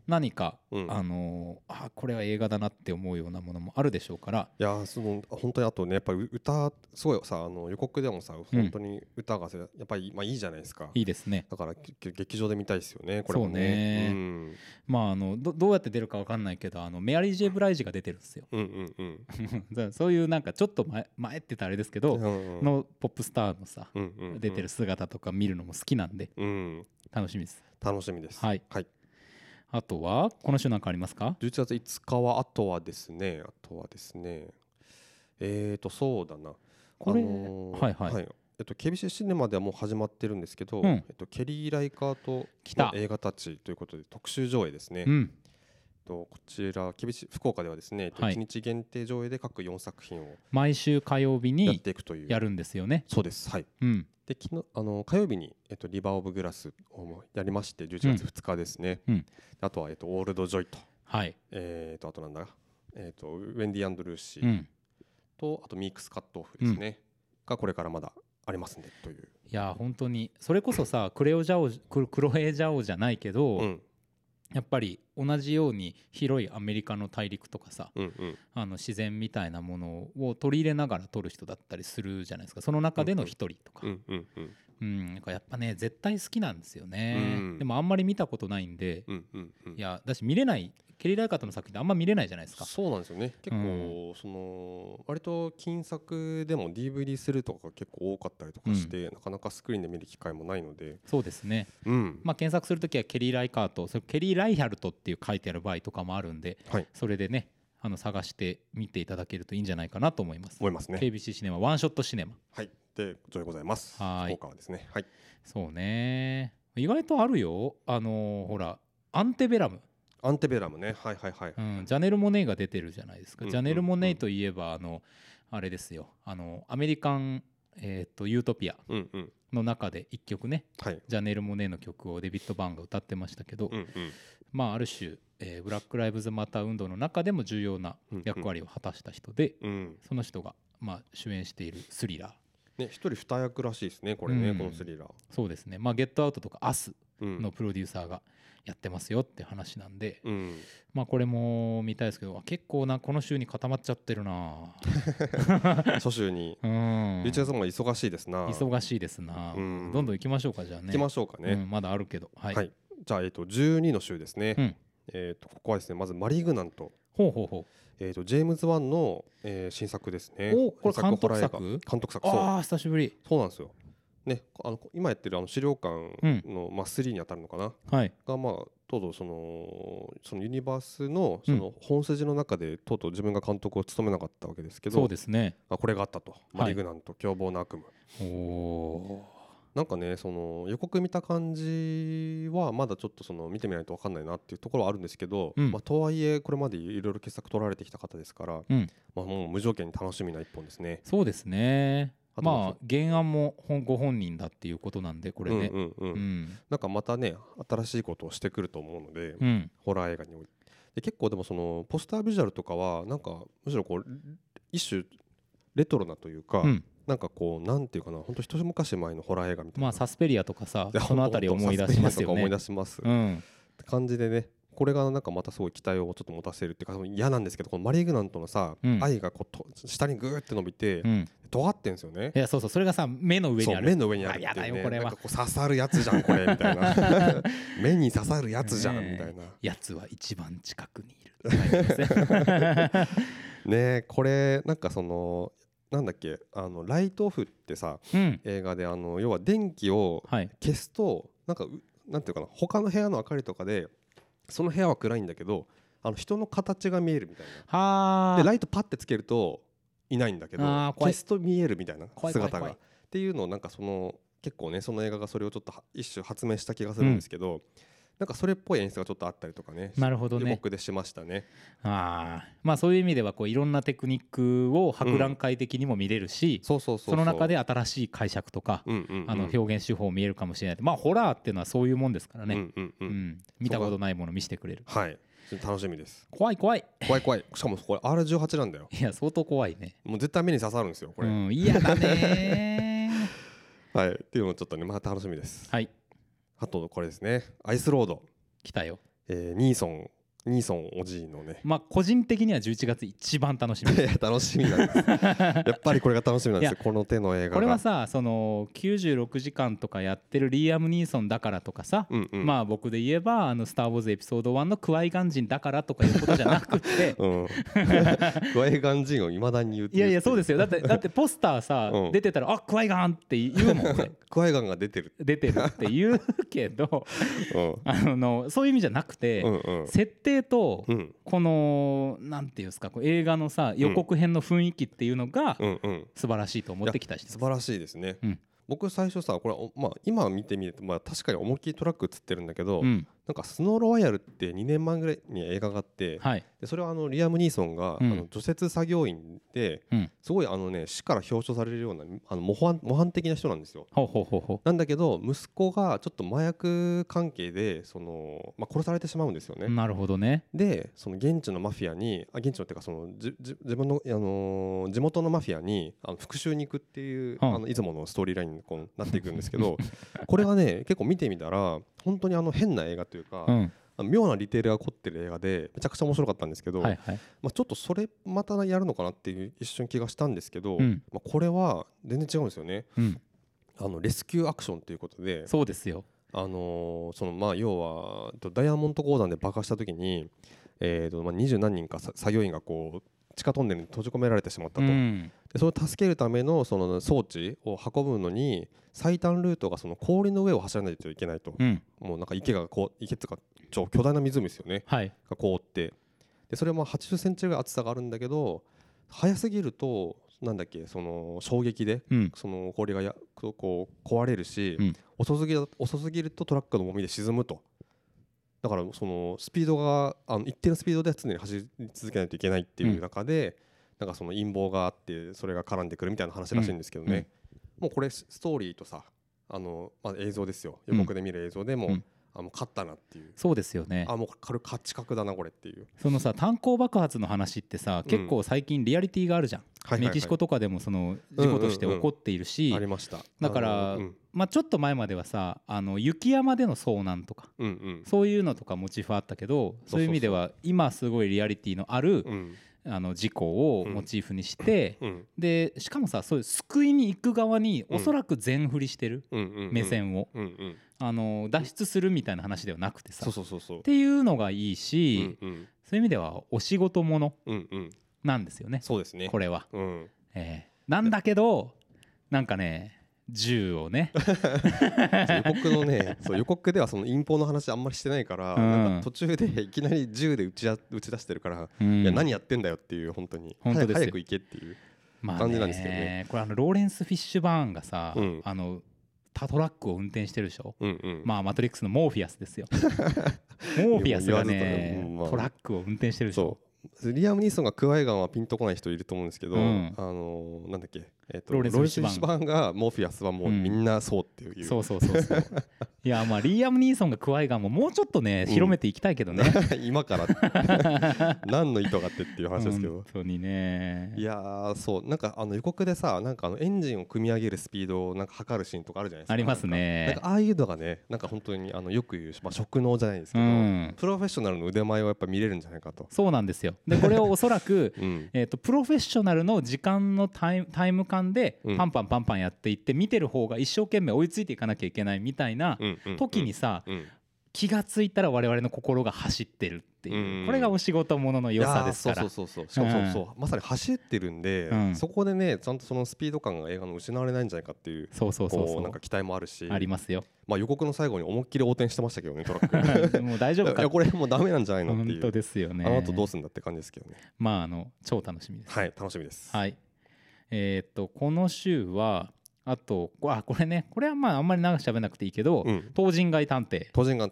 何か、これは映画だなって思うようなものもあるでしょうから。 いや本当にあとねやっぱり歌すごいさ予告でもさ本当に歌がやっぱりいいじゃないですか。 いいですね。 だから劇場で見たいですよねこれもね。 まあどうやって出るか分かんないけどメアリー・ジェ・ブライジが出てるんですよ。そういうなんかちょっと前って言ったらあれですけどのポップスターのさ出てる姿とか見るのも好きなんで楽しみです。 楽しみです。 はい。あとはこの週なんかありますか ？11月5日はあとはですねそうだなこれ KBC シネマではもう始まってるんですけど、ケリー・ライカートの映画たちということで特集上映ですね。こちら福岡ではですね1日限定上映で各4作品を毎週火曜日にやっていくというやるんですよね。 そうです。はい。で火曜日にリバー・オブ・グラスをやりまして11月2日ですね。あとはオールド・ジョイとあとなんだウェンディ・アンド・ルーシーとあとミークス・カットオフですねがこれからまだありますんでという。 いや本当にそれこそさクロエ・ジャオじゃないけど、やっぱり同じように広いアメリカの大陸とかさ、自然みたいなものを取り入れながら撮る人だったりするじゃないですか。その中での一人とかやっぱね絶対好きなんですよね。でもあんまり見たことないんで、いやだし見れないケリー・ライカートの作品ってあんま見れないじゃないですか。 そうなんですよね。結構割と金作でも DVD するとか結構多かったりとかして、なかなかスクリーンで見る機会もないので。 そうですね。検索するときはケリー・ライカートケリー・ライヒャルトっていう書いてある場合とかもあるんで、それでね探して見ていただけるといいんじゃないかなと思います。KBC シネマワンショットシネマで上映ございます。福岡はですね。 そうね。意外とあるよ。ほらアンテベラムね。 ジャネル・モネイが出てるじゃないですか。ジャネル・モネイといえばあれですよアメリカン、ユートピアの中で一曲ね、ジャネル・モネイの曲をデビッド・バーンが歌ってましたけど、ある種、ブラック・ライブズ・マター運動の中でも重要な役割を果たした人で、その人が主演しているスリラー一人二役らしいですねこれね、このスリラー。 そうですね。ゲットアウトとかアスのプロデューサーがやってますよって話なんで、これも見たいですけど結構この週に固まっちゃってるな初週に11月も忙しいですな。 忙しいですな。どんどん行きましょうか。じゃあね行きましょうかね。 まだあるけどじゃあ12の週ですね。ここはですねまずマリグナント。ジェームズ・ワンの新作ですね。 これ監督作？ 監督作。 久しぶり。 そうなんですよね。今やってる資料館の3に当たるのかな、がとうとうそのユニバースのその本筋の中でとうとう自分が監督を務めなかったわけですけど、 そうですね。 これがあったと。マリグナント凶暴な悪夢。なんかね予告見た感じはまだちょっと見てみないと分かんないなっていうところはあるんですけど、とはいえこれまでいろいろ傑作取られてきた方ですから、もう無条件に楽しみな一本ですね。 そうですね。原案もご本人だっていうことなんでこれね、 なんかまたね新しいことをしてくると思うので、ホラー映画においてで結構でもポスタービジュアルとかはなんかむしろ一種レトロなというか、なんかなんていうかな本当一昔前のホラー映画みたいな、 サスペリアとかさそのあたり思い出しますよね。 思い出します、って感じでね、これがなんかまたすごい期待をちょっと持たせるっていうか嫌なんですけど、このマリグナントのさ、愛が下にグーって伸びて尖ってんですよね。 いやそうそれがさ目の上にある。 目の上にあるっていうね。なんか刺さるやつじゃんこれみたいな目に刺さるやつじゃんみたいな。 やつは一番近くにいるね。これなんかなんだっけライトオフってさ、映画で要は電気を消すとなんていうかな他の部屋の明かりとかでその部屋は暗いんだけど人の形が見えるみたいな。でライトパッてつけるといないんだけど消すと見えるみたいな姿がっていうのをなんか結構ねその映画がそれをちょっと一種発明した気がするんですけど、なんかそれっぽい演出がちょっとあったりとかね。 なるほどね。 予告でしましたね。 そういう意味ではいろんなテクニックを博覧会的にも見れるし、その中で新しい解釈とか表現手法見えるかもしれない。ホラーっていうのはそういうもんですからね。見たことないもの見せてくれる。 楽しみです。 怖い。しかもこれ R18 なんだよ。 いや相当怖いね。 もう絶対目に刺さるんですよこれ。 嫌だねっていうのをちょっとねまた楽しみです。 はい。 あとこれですね、アイスロード来たよ。 ニーソンおじいのね、 まあ個人的には11月一番楽しみです楽しみなんですやっぱりこれが楽しみなんですよ、この手の映画が。 これはさ、その96時間とかやってるリーアム・ニーソンだからとかさ、まあ僕で言えばスター・ウォーズエピソード1のクワイガン人だからとかいうことじゃなくてクワイガン人をいまだに言う。 いやいやそうですよ。だってポスターさ出てたら、あ、クワイガンって言うもんねクワイガンが出てるって言うけどそういう意味じゃなくて、設定とこのなんていうんですか、映画のさ予告編の雰囲気っていうのが素晴らしいと思ってきたりしてます。 素晴らしいですね。僕最初さこれ、まあ、今見てみると、まあ、確かに思いっきりトラック映ってるんだけど、なんかスノーロワイヤルって2年前ぐらいに映画があって、でそれはリアム・ニーソンが除雪作業員ですごい市から表彰されるような模範的な人なんですよ。なんだけど息子がちょっと麻薬関係で殺されてしまうんですよね。 なるほどね。 でその現地のマフィアに現地のっていうか自分の地元のマフィアに復讐に行くっていういつものストーリーラインになっていくんですけどこれがね結構見てみたら本当に変な映画というか、妙なディテールが凝ってる映画でめちゃくちゃ面白かったんですけど、まあ、ちょっとそれまたやるのかなっていう一瞬気がしたんですけど、まあ、これは全然違うんですよね。レスキューアクションということで、 そうですよ。 まあ要はダイヤモンド鉱山で爆破した時にまあ20何人か作業員がこう地下トンネルに閉じ込められてしまったと、でそれを助けるためのその装置を運ぶのに最短ルートがその氷の上を走らないといけないと、もうなんか池っていうか巨大な湖ですよね、が凍って、でそれは80センチぐらい厚さがあるんだけど早すぎるとなんだっけその衝撃でその氷がこう壊れるし、遅すぎるとトラックの重みで沈むと。だからそのスピードが一定のスピードで常に走り続けないといけないっていう中で、なんかその陰謀があってそれが絡んでくるみたいな話らしいんですけどね、もうこれストーリーとさまあ、映像ですよ、予告で見る映像でも勝ったなっていう。 そうですよね。 もう勝ち確だなこれっていう。 そのさ炭鉱爆発の話ってさ、結構最近リアリティがあるじゃん。メキシコとかでもその事故として起こっているし、 ありました。 だからまあちょっと前まではさ雪山での遭難とか、そういうのとかモチーフあったけど、そういう意味では今すごいリアリティのある事故をモチーフにして、でしかもさそういう救いに行く側におそらく全振りしてる目線を脱出するみたいな話ではなくてさっていうのがいいし、そういう意味ではお仕事ものなんですよね。 そうですねこれは、なんだけどなんかね銃をね予告ではその陰謀の話あんまりしてないから、なんか途中でいきなり銃で打ち出してるから、いや何やってんだよっていう、本当に早く行けっていう感じなんですけどね。 これローレンス・フィッシュバーンがさ、トラックを運転してるでしょ。まあマトリックスのモーフィアスですよモーフィアスがねトラックを運転してるでしょ。 リアム・ニーソンがクワイガンはピンとこない人いると思うんですけど、なんだっけローレンス・フィッシュバーンがモーフィアスはもうみんなそうっていう、 そういやまあリアム・ニーソンがクワイガンももうちょっとね広めていきたいけどね今から何の意図があってっていう話ですけど、 本当にね。 いやそうなんか予告でさ、なんかエンジンを組み上げるスピードをなんか測るシーンとかあるじゃないですか。 ありますね。 なんかああいうのがね、なんか本当によく言う、まあ、職能じゃないですけど、プロフェッショナルの腕前をやっぱ見れるんじゃないかと。 そうなんですよ。でこれをおそらく、プロフェッショナルの時間のタイム感でパンパンやっていって、見てる方が一生懸命追いついていかなきゃいけないみたいな時にさ、気がついたら我々の心が走ってるっていう、これがお仕事ものの良さですから。 そうまさに走ってるんで、そこでねちゃんとそのスピード感が映画の失われないんじゃないかっていう、なんか期待もあるし、 ありますよ。 まあ予告の最後に思いっきり横転してましたけどね、トラックもう大丈夫かいやこれもうダメなんじゃないのっていう。 本当ですよね。 あの後どうすんだって感じですけどね。 まあ超楽しみです。 はい、楽しみです。 はい。この週はあとこれね、これはまああんまり長く喋らなくていいけど、東人街探偵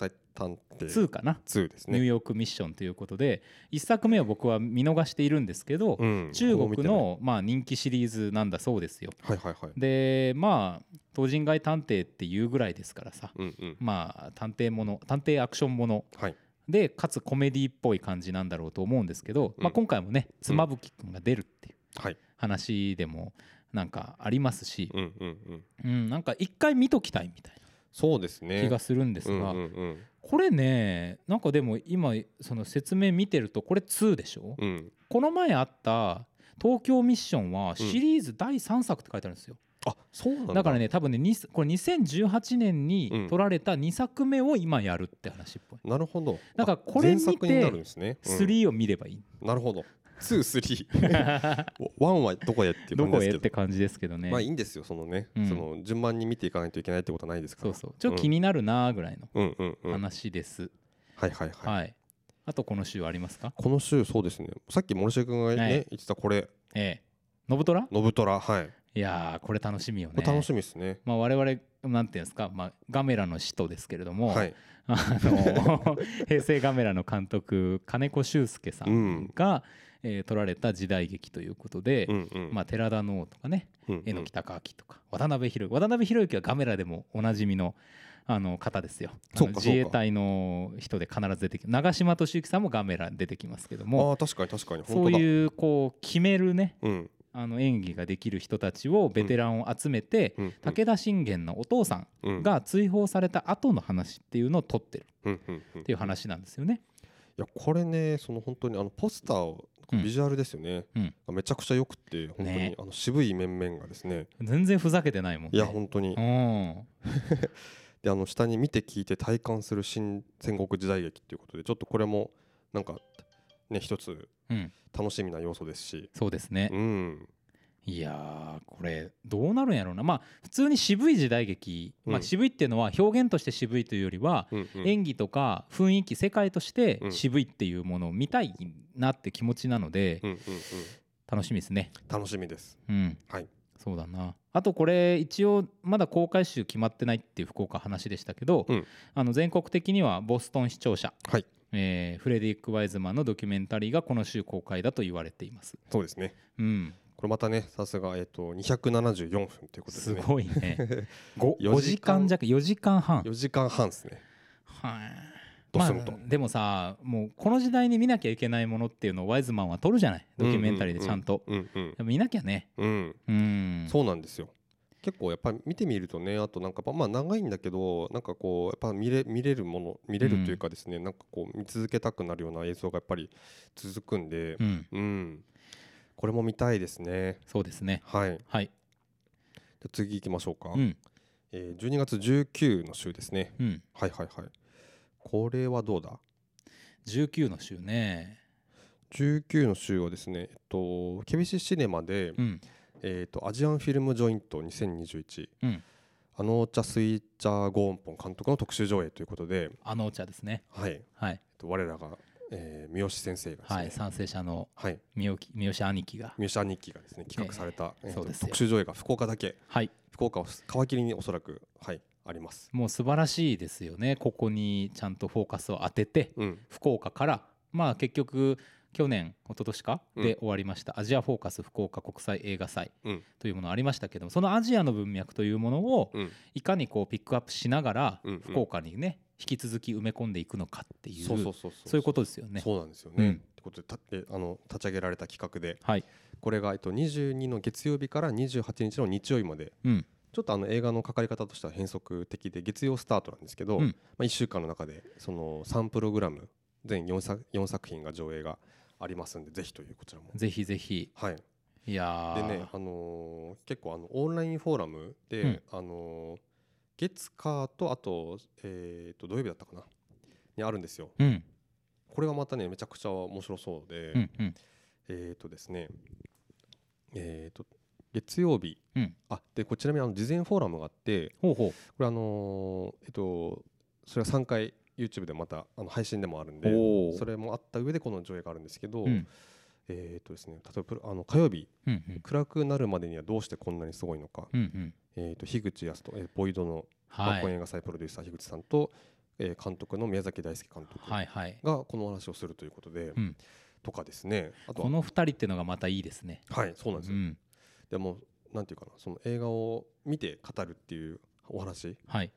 2かな、 2ですね。 ニューヨークミッションということで、1作目を僕は見逃しているんですけど、中国のまあ人気シリーズなんだそうですよ。でまあ東人街探偵っていうぐらいですからさ、まあ探偵アクションもので、かつコメディっぽい感じなんだろうと思うんですけど、まあ今回もね妻夫木君が出るっていう話でもなんかありますし、なんか一回見ときたいみたいな。 そうですね気がするんですが、 うんうんうん、 これねなんかでも今その説明見てるとこれ2でしょ、 うん、 この前あった東京ミッションはシリーズ第3作って書いてあるんですよ、 あ、そうなんだ。 だからね多分ねこれ2018年に撮られた2作目を今やるって話っぽい、 なるほど。 だからこれ見て3を見ればいい、 なるほど。2、3 1はどこへっていう感じですけど、 どこへって感じですけどね。 まあいいんですよ、そのね、その順番に見ていかないといけないってことはないですから。 そうそう、ちょっと気になるなぐらいの話です。 はいはいはい。 あとこの週ありますか？ この週そうですね。さっき森重君がね言ってたこれ。 ノブトラ？ ノブトラ、はい。 いやーこれ楽しみよね。 これ楽しみですね。 まあ我々なんていうんですか、まあガメラの使徒ですけれども、 はい、 平成ガメラの監督金子修介さんが、撮られた時代劇ということで、まあ寺田能とかね、榎木隆明とか渡辺裕之はガメラでもおなじみの方ですよ。自衛隊の人で必ず出てきます。長嶋俊之さんもガメラ出てきますけども、 確かに確かにそういうこう決めるね、演技ができる人たちをベテランを集めて、武田信玄のお父さんが追放された後の話っていうのを撮ってるっていう話なんですよね。 いやこれね、その本当にポスターをビジュアルですよね、めちゃくちゃ良くて、本当に渋い面々がですね、 全然ふざけてないもんね。 いや本当にで下に見て聞いて体感する新戦国時代劇っていうことで、ちょっとこれもなんかね一つ楽しみな要素ですし、 そうですね、いやこれどうなるんやろうな。まあ普通に渋い時代劇、まあ渋いっていうのは表現として渋いというよりは、演技とか雰囲気世界として渋いっていうものを見たいなって気持ちなので、楽しみですね。 楽しみです。はい。 そうだな。あとこれ一応まだ公開週決まってないっていう福岡話でしたけど、全国的にはボストン視聴者、フレデリック・ワイズマンのドキュメンタリーがこの週公開だと言われています。 そうですね。これまたね、さすが274分ということですね。 すごいね。5時間弱、4時間半。 4時間半ですね。 はい。まあ、でもさ、もうこの時代に見なきゃいけないものっていうのをワイズマンは撮るじゃない、ドキュメンタリーでちゃんと。見なきゃね。 そうなんですよ。結構やっぱり見てみるとね、あとなんかまあ長いんだけど、なんかこうやっぱ見れるというかですね、なんかこう見続けたくなるような映像がやっぱり続くんで、これも見たいですね。 そうですね。 はい。じゃ次行きましょうか。12月19の週ですね。はいはいはい。これはどうだ ？19の週ね。 19の週はですね、ケビシシネマで、アジアンフィルムジョイント2021、アノーチャスイッチャーゴーンポン監督の特集上映ということで、 アノーチャですね。 我らが、三好先生がですね、 賛成者の三好兄貴がですね企画された、特集上映が福岡だけ、福岡を皮切りにおそらくあります。 もう素晴らしいですよね。ここにちゃんとフォーカスを当てて、福岡からまあ結局去年一昨年かで終わりました、アジアフォーカス福岡国際映画祭というものありましたけども、そのアジアの文脈というものをいかにこうピックアップしながら福岡にね引き続き埋め込んでいくのかっていう、そういうことですよね。 そうなんですよね。ってことで立ち上げられた企画で、これが22の月曜日から28日の日曜日まで、ちょっと映画のかかり方としては変則的で月曜スタートなんですけど、1週間の中でその3プログラム全4作品が上映がありますんで、ぜひという、こちらもぜひぜひ。いやでね、結構オンラインフォーラムで、月火とあと、土曜日だったかなにあるんですよ。これがまたねめちゃくちゃ面白そうで、ですね月曜日、でこちらに事前フォーラムがあって、これそれは3回 YouTube でまた配信でもあるんで、それもあった上でこの上映があるんですけど、ですね、例えば火曜日、暗くなるまでにはどうしてこんなにすごいのか、樋口康人、ボイドの学校映画祭プロデューサー樋口さんと、監督の宮崎大輔監督がこの話をするということで、とかですね、あとこの2人っていうのがまたいいですね。 そうなんですよ。でもなんていうかな、その映画を見て語るっていうお話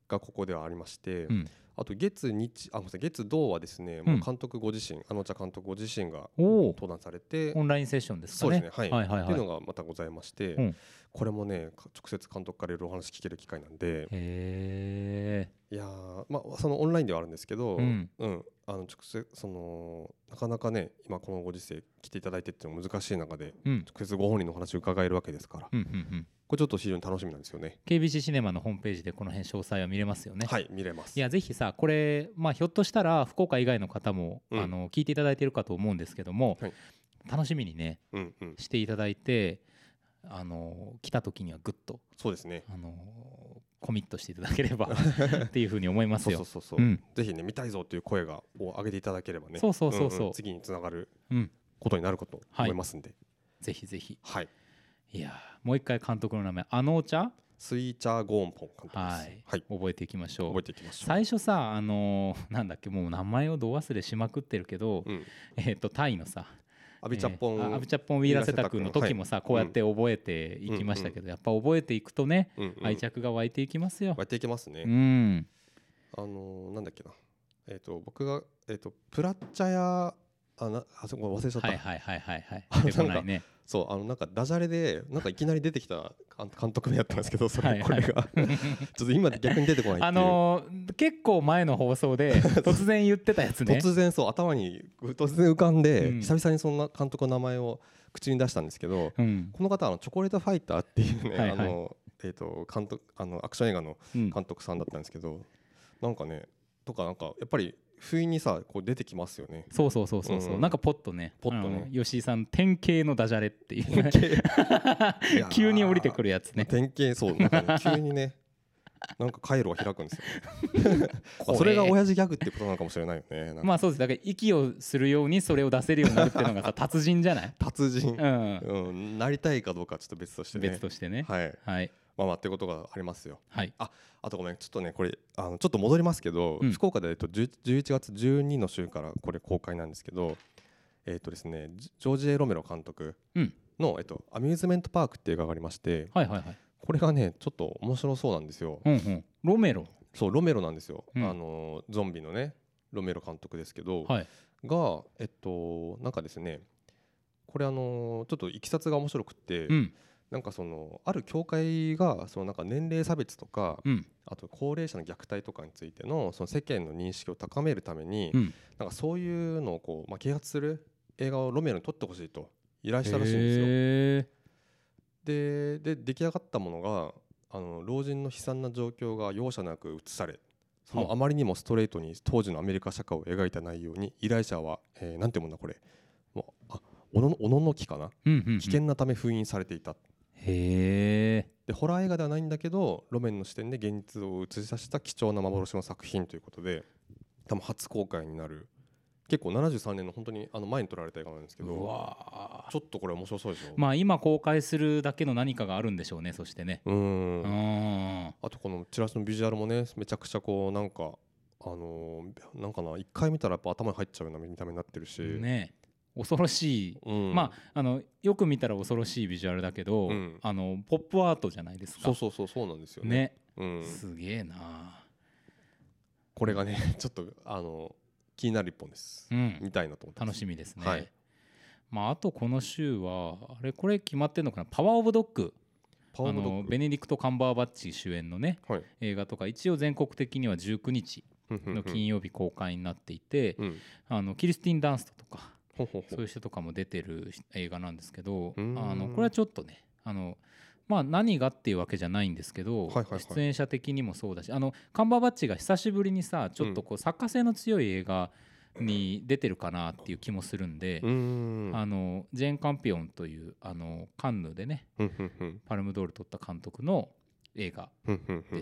がここではありまして、 うん、 あと月土はですね、もう監督ご自身、監督ご自身が登壇されて、 オンラインセッションですかね。 そうですね、はい、はいはいはい、っていうのがまたございまして、 うん、 これもね直接監督からいろいろお話聞ける機会なんで、いやまあそのオンラインではあるんですけど、直接なかなかね今このご時世来ていただいてっていうのが難しい中で、直接ご本人のお話を伺えるわけですから、これちょっと非常に楽しみなんですよね。 KBC シネマのホームページでこの辺詳細は見れますよね。 はい、見れます。 いやぜひさこれ、ひょっとしたら福岡以外の方も、聞いていただいているかと思うんですけども、楽しみにね、していただいて、来た時にはぐっとそうですね、 コミットしていただければっていうふうに思いますよ。 ぜひね見たいぞという声を上げていただければね、次につながることになるかと思いますんで、 ぜひぜひ。 はい。 いやもう一回監督の名前お茶スイチャーゴーンポン監督です。 はい、覚えていきましょう。 覚えていきましょう。 最初さなんだっけもう名前をど忘れしまくってるけど、タイのさアビチャッポン、 アビチャッポンウィーラセタクの時もさ、こうやって覚えていきましたけど、やっぱ覚えていくとね、愛着が湧いていきますよ。 湧いていきますね。なんだっけな、僕がプラッチャやそこ忘れちゃった。出てこないね。そうなんかダジャレでなんかいきなり出てきた監督名やったんですけど、これがちょっと今逆に出てこないっていう。 結構前の放送で突然言ってたやつね。 突然頭に突然浮かんで、久々にそんな監督の名前を口に出したんですけど、この方チョコレートファイターっていうね、監督アクション映画の監督さんだったんですけど、なんかねなんかやっぱり不意にさこう出てきますよね。 そうなんかポッとね吉井さん典型のダジャレっていう急に降りてくるやつね。 典型そうなんか、ね、急にねなんか回路が開くんですよねそれが親父ギャグってことなのかもしれないよね。 そうです。だから息をするようにそれを出せるようになるっていうのがさ達人じゃない。 達人、なりたいかどうかちょっと別としてね。はいってことがありますよ。あとごめんちょっとねこれちょっと戻りますけど、福岡で11月12の週からこれ公開なんですけど、ですねジョージ・ロメロ監督のアミューズメントパークっていう映画がありまして、これがねちょっと面白そうなんですよ。 ロメロ、 そうロメロなんですよ。ゾンビのねロメロ監督ですけど、がなんかですねこれちょっといきさつが面白くって、なんかある教会がなんか年齢差別とか、あと高齢者の虐待とかについてのその世間の認識を高めるために、なんかそういうのを啓発する映画をロメロに撮ってほしいと依頼したらしいんですよ。で出来上がったものが老人の悲惨な状況が容赦なく映され、そのあまりにもストレートに当時のアメリカ社会を描いた内容に依頼者は、なんていうもんだこれおののきかな、危険なため封印されていた。でホラー映画ではないんだけどロメンの視点で現実を映し出した貴重な幻の作品ということで、多分初公開になる結構73年の本当に前に撮られた映画なんですけど、ちょっとこれ面白そうでしょ。 今公開するだけの何かがあるんでしょうね。そしてねあとこのチラシのビジュアルもねめちゃくちゃなんかなんかな一回見たらやっぱ頭に入っちゃうような見た目になってるしね、 恐ろしい、よく見たら恐ろしいビジュアルだけど、ポップアートじゃないですか。 そうなんですよね。 すげえな。 これがねちょっと気になる一本です、見たいなと思って楽しみですね。あとこの週はこれ決まってんのかな、パワーオブドッグ、ベネディクト・カンバーバッチ主演のね、映画とか一応全国的には19日の金曜日公開になっていて、キリスティン・ダンストとかそういう人とかも出てる映画なんですけど、これはちょっとね何がっていうわけじゃないんですけど、出演者的にもそうだし、カンバーバッチが久しぶりにさちょっと作家性の強い映画に出てるかなっていう気もするんで、ジェーン・カンピオンというカンヌでねパルムドール取った監督の映画です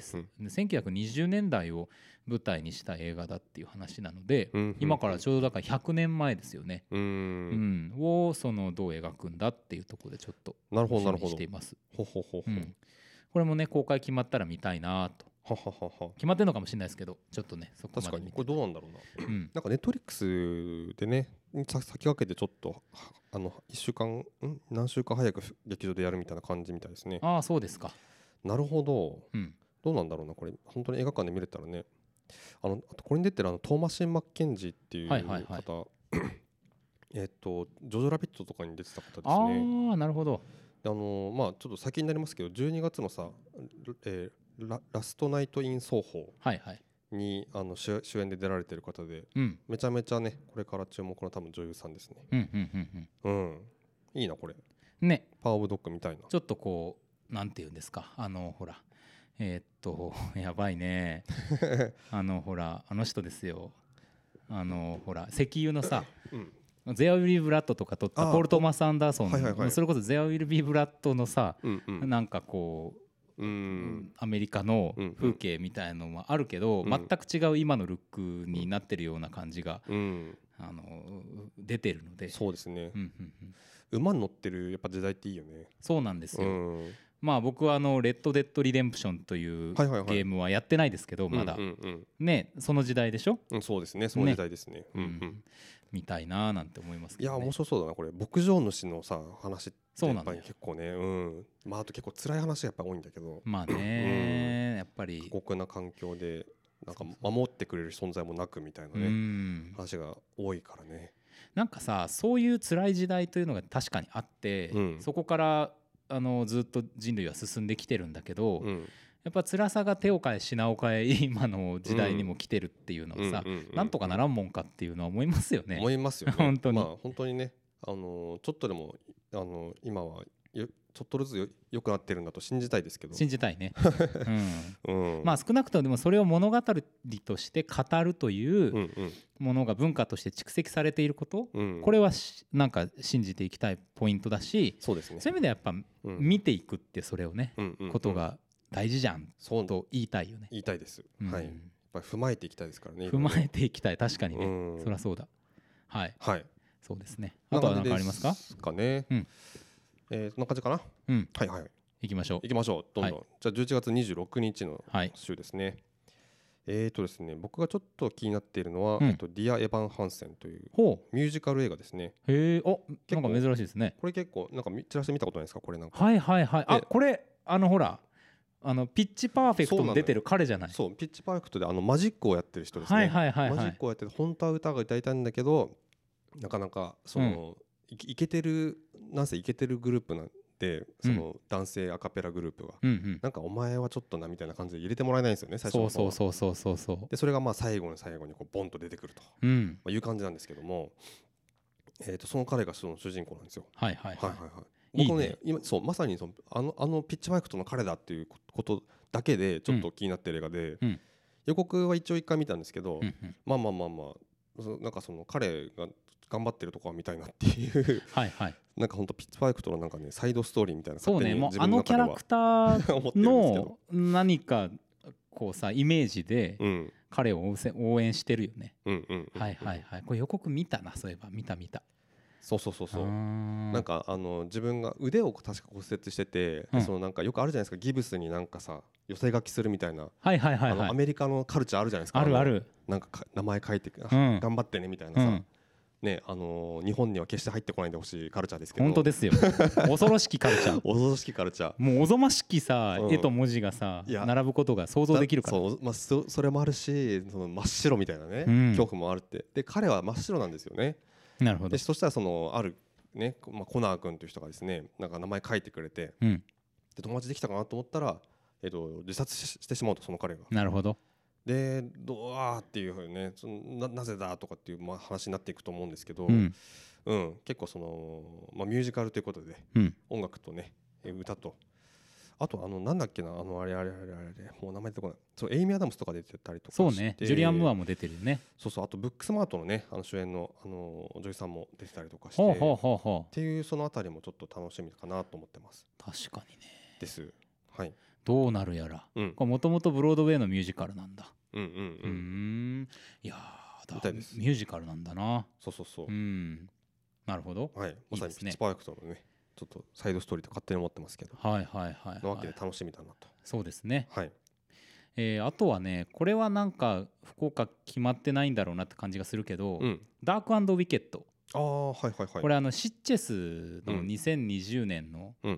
。1920年代を舞台にした映画だっていう話なので、今からちょうどだから100年前ですよね、をどう描くんだっていうところでちょっと楽しみにしています。これもね公開決まったら見たいなと。決まってるのかもしれないですけど、ちょっとねそこまで確かにこれどうなんだろうな、なんかネットリックスでね先駆けてちょっと1週間何週間早く劇場でやるみたいな感じみたいですね。 そうですか。 なるほど、 どうなんだろうなこれ本当に映画館で見れたらね。あとこれに出てるトーマシン・マッケンジーっていう方、ジョジョラビットとかに出てた方ですね。 ああなるほど。 でまあちょっと先になりますけど12月のさ、ラストナイト・イン・ソーホーに主演で出られてる方で、めちゃめちゃねこれから注目の多分女優さんですね。いいなこれね。パワーオブドッグみたいなちょっとこうなんていうんですかほらやばいねほら人ですよほら石油のさゼア・ウィル・ブラッドとか撮ったポール・トーマス・アンダーソン、それこそゼア・ウィル・ビー・ブラッドのさ、なんかこうアメリカの風景みたいのもあるけど、全く違う今のルックになってるような感じが出てるので。 そうですね。馬に乗ってるやっぱ時代っていいよね。 そうなんですよ。まあ僕はレッド・デッド・リデンプションというゲームはやってないですけど、まだね、その時代でしょ。 そうですね、その時代ですね。 みたいななんて思いますけどね。 いや面白そうだなこれ。牧場主のさ話ってやっぱり結構ね、まああと結構辛い話がやっぱ多いんだけど、 まあね、やっぱり過酷な環境でなんか守ってくれる存在もなくみたいなね話が多いからね。 なんかさ、そういう辛い時代というのが確かにあって、そこからずっと人類は進んできてるんだけど、やっぱ辛さが手を変え品を変え今の時代にも来てるっていうのはさ、なんとかならんもんかっていうのは思いますよね。 思いますよね。 本当に。 まあ本当にね、ちょっとでも今はちょっとずつ良くなってるんだと信じたいですけど。 信じたいね。まあ少なくともでもそれを物語として語るというものが文化として蓄積されていること、これはなんか信じていきたいポイントだし、そういう意味ではやっぱ見ていくってそれをねことが大事じゃんと言いたいよね。 言いたいです。はい。やっぱり踏まえていきたいですからね。 踏まえていきたい。確かにね。そりゃそうだ。はい。そうですね。あとは何かありますか？ かね。そんな感じかな。はいはい。 行きましょう。 行きましょう。どんどん。じゃあ11月26日の週ですね。ですね、僕がちょっと気になっているのは、ディア・エヴァン・ハンセンというミュージカル映画ですね。 へえ、なんか珍しいですね。 これ結構なんかチラシ見たことないですか？これなんか。 はいはいはい。あ、これほら。ピッチパーフェクトも出てる彼じゃない。 そう、ピッチパーフェクトでマジックをやってる人ですね。マジックをやって本当は歌が歌いたいんだけど、なかなかイケてるなんせイケてるグループなんで、その男性アカペラグループがなんかお前はちょっとなみたいな感じで入れてもらえないんですよね、最初の方は。そうでそれがまあ最後の最後にこうボンと出てくるという感じなんですけども、その彼がその主人公なんですよ。はいはいはい。僕もね、今そうまさにピッチパーフェクトの彼だっていうことだけでちょっと気になってる映画で、予告は一応1回見たんですけど、まあなんかその彼が頑張ってるとこは見たいなっていうなんか本当ピッチパーフェクトのなんかねサイドストーリーみたいな。 そうね、もうキャラクターの何かこうさイメージで彼を応援してるよね。はいはいはい。これ予告見たな。そういえば見た。 そうなんか自分が腕を確か骨折してて、そのなんかよくあるじゃないですか、ギブスになんかさ寄せ書きするみたいな、アメリカのカルチャーあるじゃないですか。 あるなんか名前書いて頑張ってねみたいなさ、ね、日本には決して入ってこないでほしいカルチャーですけど。 本当ですよ。恐ろしきカルチャー。 恐ろしきカルチャー。 もうおぞましきさ絵と文字がさ並ぶことが想像できるから。 それもあるし、その真っ白みたいなね恐怖もあるって。で彼は真っ白なんですよね。 なるほど。 そしたらあるね、コナー君という人がですね、なんか名前書いてくれて、で友達できたかなと思ったら、自殺してしまうと、その彼が。 なるほど。 でどうっていうふうにね、なぜだとかっていう話になっていくと思うんですけど、結構ミュージカルということで、音楽とね歌と、あとなんだっけな、あれもう名前出てこない。そうエイミー・アダムスとか出てたりとかして。 そうね、ジュリアン・ムーアも出てるよね。 あとブックスマートのね主演の女優さんも出てたりとかして、っていうそのあたりもちょっと楽しみかなと思ってます。 確かにね。 です。はい。 どうなるやら。もともとブロードウェイのミュージカルなんだ。いやー、ミュージカルなんだな。 そう。 なるほど。 はい。まさにピッチパーフェクトのね。ちょっとサイドストーリーと勝手に思ってますけど、のわけで楽しみだなと。 そうですね。 はい。 あとはね、これはなんか福岡決まってないんだろうなって感じがするけど、ダーク&ウィケット。 これシッチェスの2020年の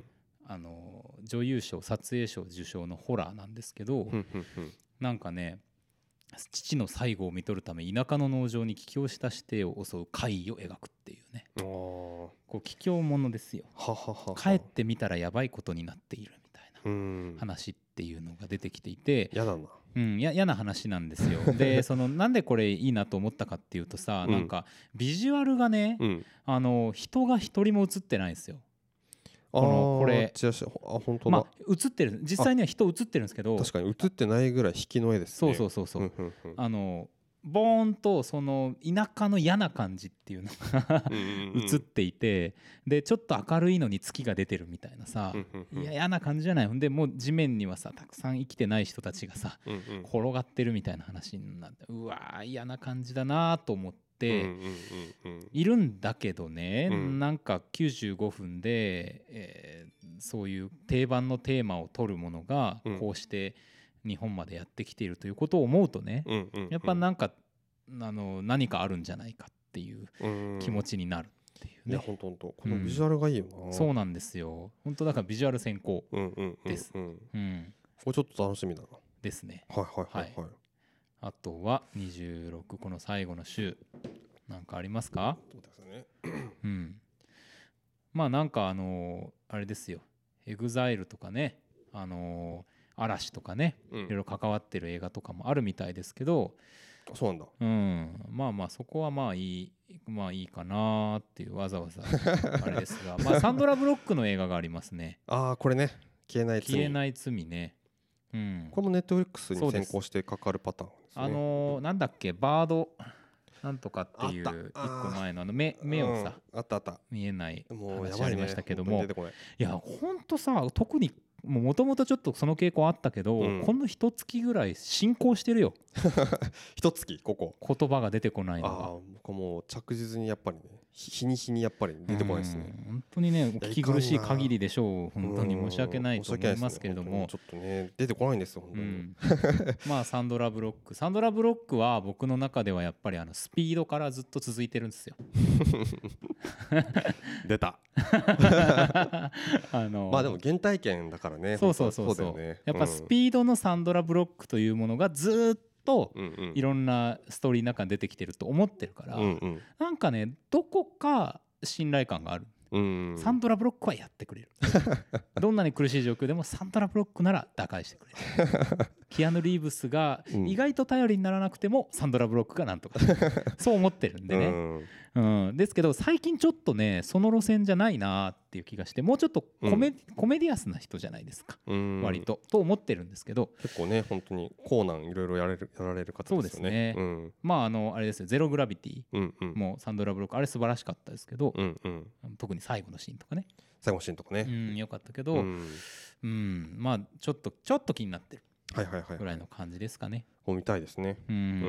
女優賞撮影賞受賞のホラーなんですけど、なんかね父の最後を見とるため田舎の農場に帰郷した師弟を襲う怪異を描くっていうね、こう帰郷ものですよ。帰ってみたらやばいことになっているみたいな話っていうのが出てきていて、 嫌だな。 嫌な話なんですよ。でなんでこれいいなと思ったかっていうとさ、なんかビジュアルがね、人が一人も映ってないんですよ。これ本当だ、 映ってる、実際には人映ってるんですけど、 確かに映ってないぐらい引きの絵ですね。 そうボーンとその田舎の嫌な感じっていうのが映っていて、でちょっと明るいのに月が出てるみたいなさ、嫌な感じじゃない。ほんでもう地面にはさたくさん生きてない人たちがさ、転がってるみたいな話になって、うわー嫌な感じだなと思っているんだけどね、なんか95分で、そういう定番のテーマを取るものがこうして日本までやってきているということを思うとね、やっぱなんか何かあるんじゃないかっていう気持ちになるっていうね。 いや本当このビジュアルがいいよな。 そうなんですよ。本当だからビジュアル先行です。これちょっと楽しみだな。 ですね。 はい。 あとは26、この最後の週なんかありますか？まあなんかあれですよ、EXILEとかね、嵐とかね、いろいろ関わってる映画とかもあるみたいですけど、 そうなんだ。 まあそこはまあいいかなっていう、わざわざあれですが、まあサンドラ・ブロックの映画がありますね。 これね、消えない罪ね。 これもネットフリックスに先行してかかるパターンですね。 なんだっけ、バードなんとかっていう一個前の目をさ、見えない話ありましたけども、いやほんとさ、特にもともとちょっとその傾向あったけど、この一月ぐらい進行してるよ。 一月言葉が出てこないのが。 僕もう着実にやっぱりね、日に日にやっぱり出てこないですね。 本当にね、お聞き苦しい限りでしょう。本当に申し訳ないと思いますけれども、 ちょっとね出てこないんですよ本当に。 まあサンドラ・ブロックは僕の中ではやっぱりスピードからずっと続いてるんですよ。 出た。まあでも原体験だからね。 そうやっぱスピードのサンドラ・ブロックというものがずっといろんなストーリーの中に出てきてると思ってるから、なんかねどこか信頼感がある。サンドラ・ブロックはやってくれる。どんなに苦しい状況でもサンドラ・ブロックなら打開してくれる。キアヌ・リーブスが意外と頼りにならなくてもサンドラ・ブロックがなんとかそう思ってるんでね。ですけど最近ちょっとねその路線じゃないなっていう気がして、もうちょっとコメディアスな人じゃないですか、割とと思ってるんですけど、 結構ね本当にコーナンいろいろやられる方ですよね。 そうですね。まああれですよ、ゼログラビティもサンドラ・ブロックあれ素晴らしかったですけど、特に最後のシーンとかね、よかったけど、まあちょっと気になってるぐらいの感じですかね。 見たいですね。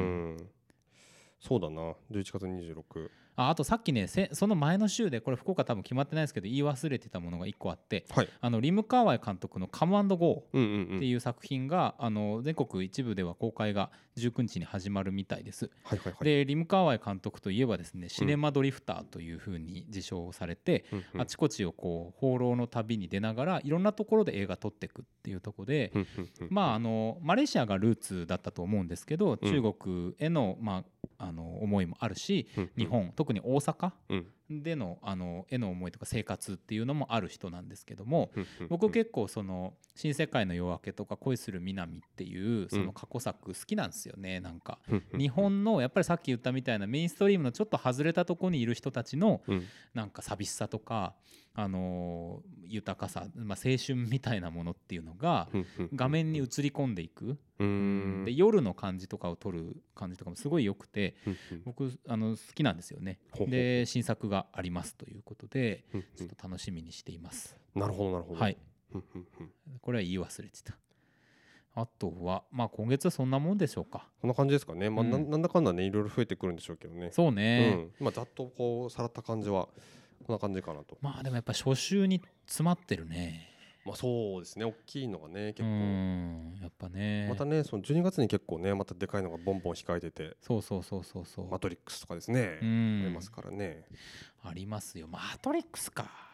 そうだな、11月26。 あとさっきねその前の週で、これ福岡多分決まってないですけど言い忘れてたものが1個あって、リム・カーワイ監督の「カム&ゴー」っていう作品が全国一部では公開が19日に始まるみたいです。でリム・カーワイ監督といえばですね、シネマドリフターというふうに自称されて、あちこちをこう放浪の旅に出ながらいろんなところで映画撮っていくっていうところで、まあマレーシアがルーツだったと思うんですけど、中国への思いもあるし、日本特に大阪での絵の思いとか生活っていうのもある人なんですけども、僕結構その「新世界の夜明け」とか「恋する南」っていうその過去作好きなんですよね。なんか日本のやっぱりさっき言ったみたいなメインストリームのちょっと外れたところにいる人たちのなんか寂しさとか豊かさ、青春みたいなものっていうのが画面に映り込んでいく。で夜の感じとかを撮る感じとかもすごい良くて、僕好きなんですよね。で新作がありますということでちょっと楽しみにしています。 なるほど。 はい。これは言い忘れてた。あとはまあ今月はそんなもんでしょうか。 こんな感じですかね。なんだかんだねいろいろ増えてくるんでしょうけどね。 そうね。 ざっとこうさらった感じはこんな感じかなと。 まあでもやっぱ初週に詰まってるね。 そうですね、大きいのがね結構やっぱね、 またねその12月に結構ねまたでかいのがボンボン控えてて、 そうマトリックスとかですね、ありますからね。 ありますよ。マトリックスか。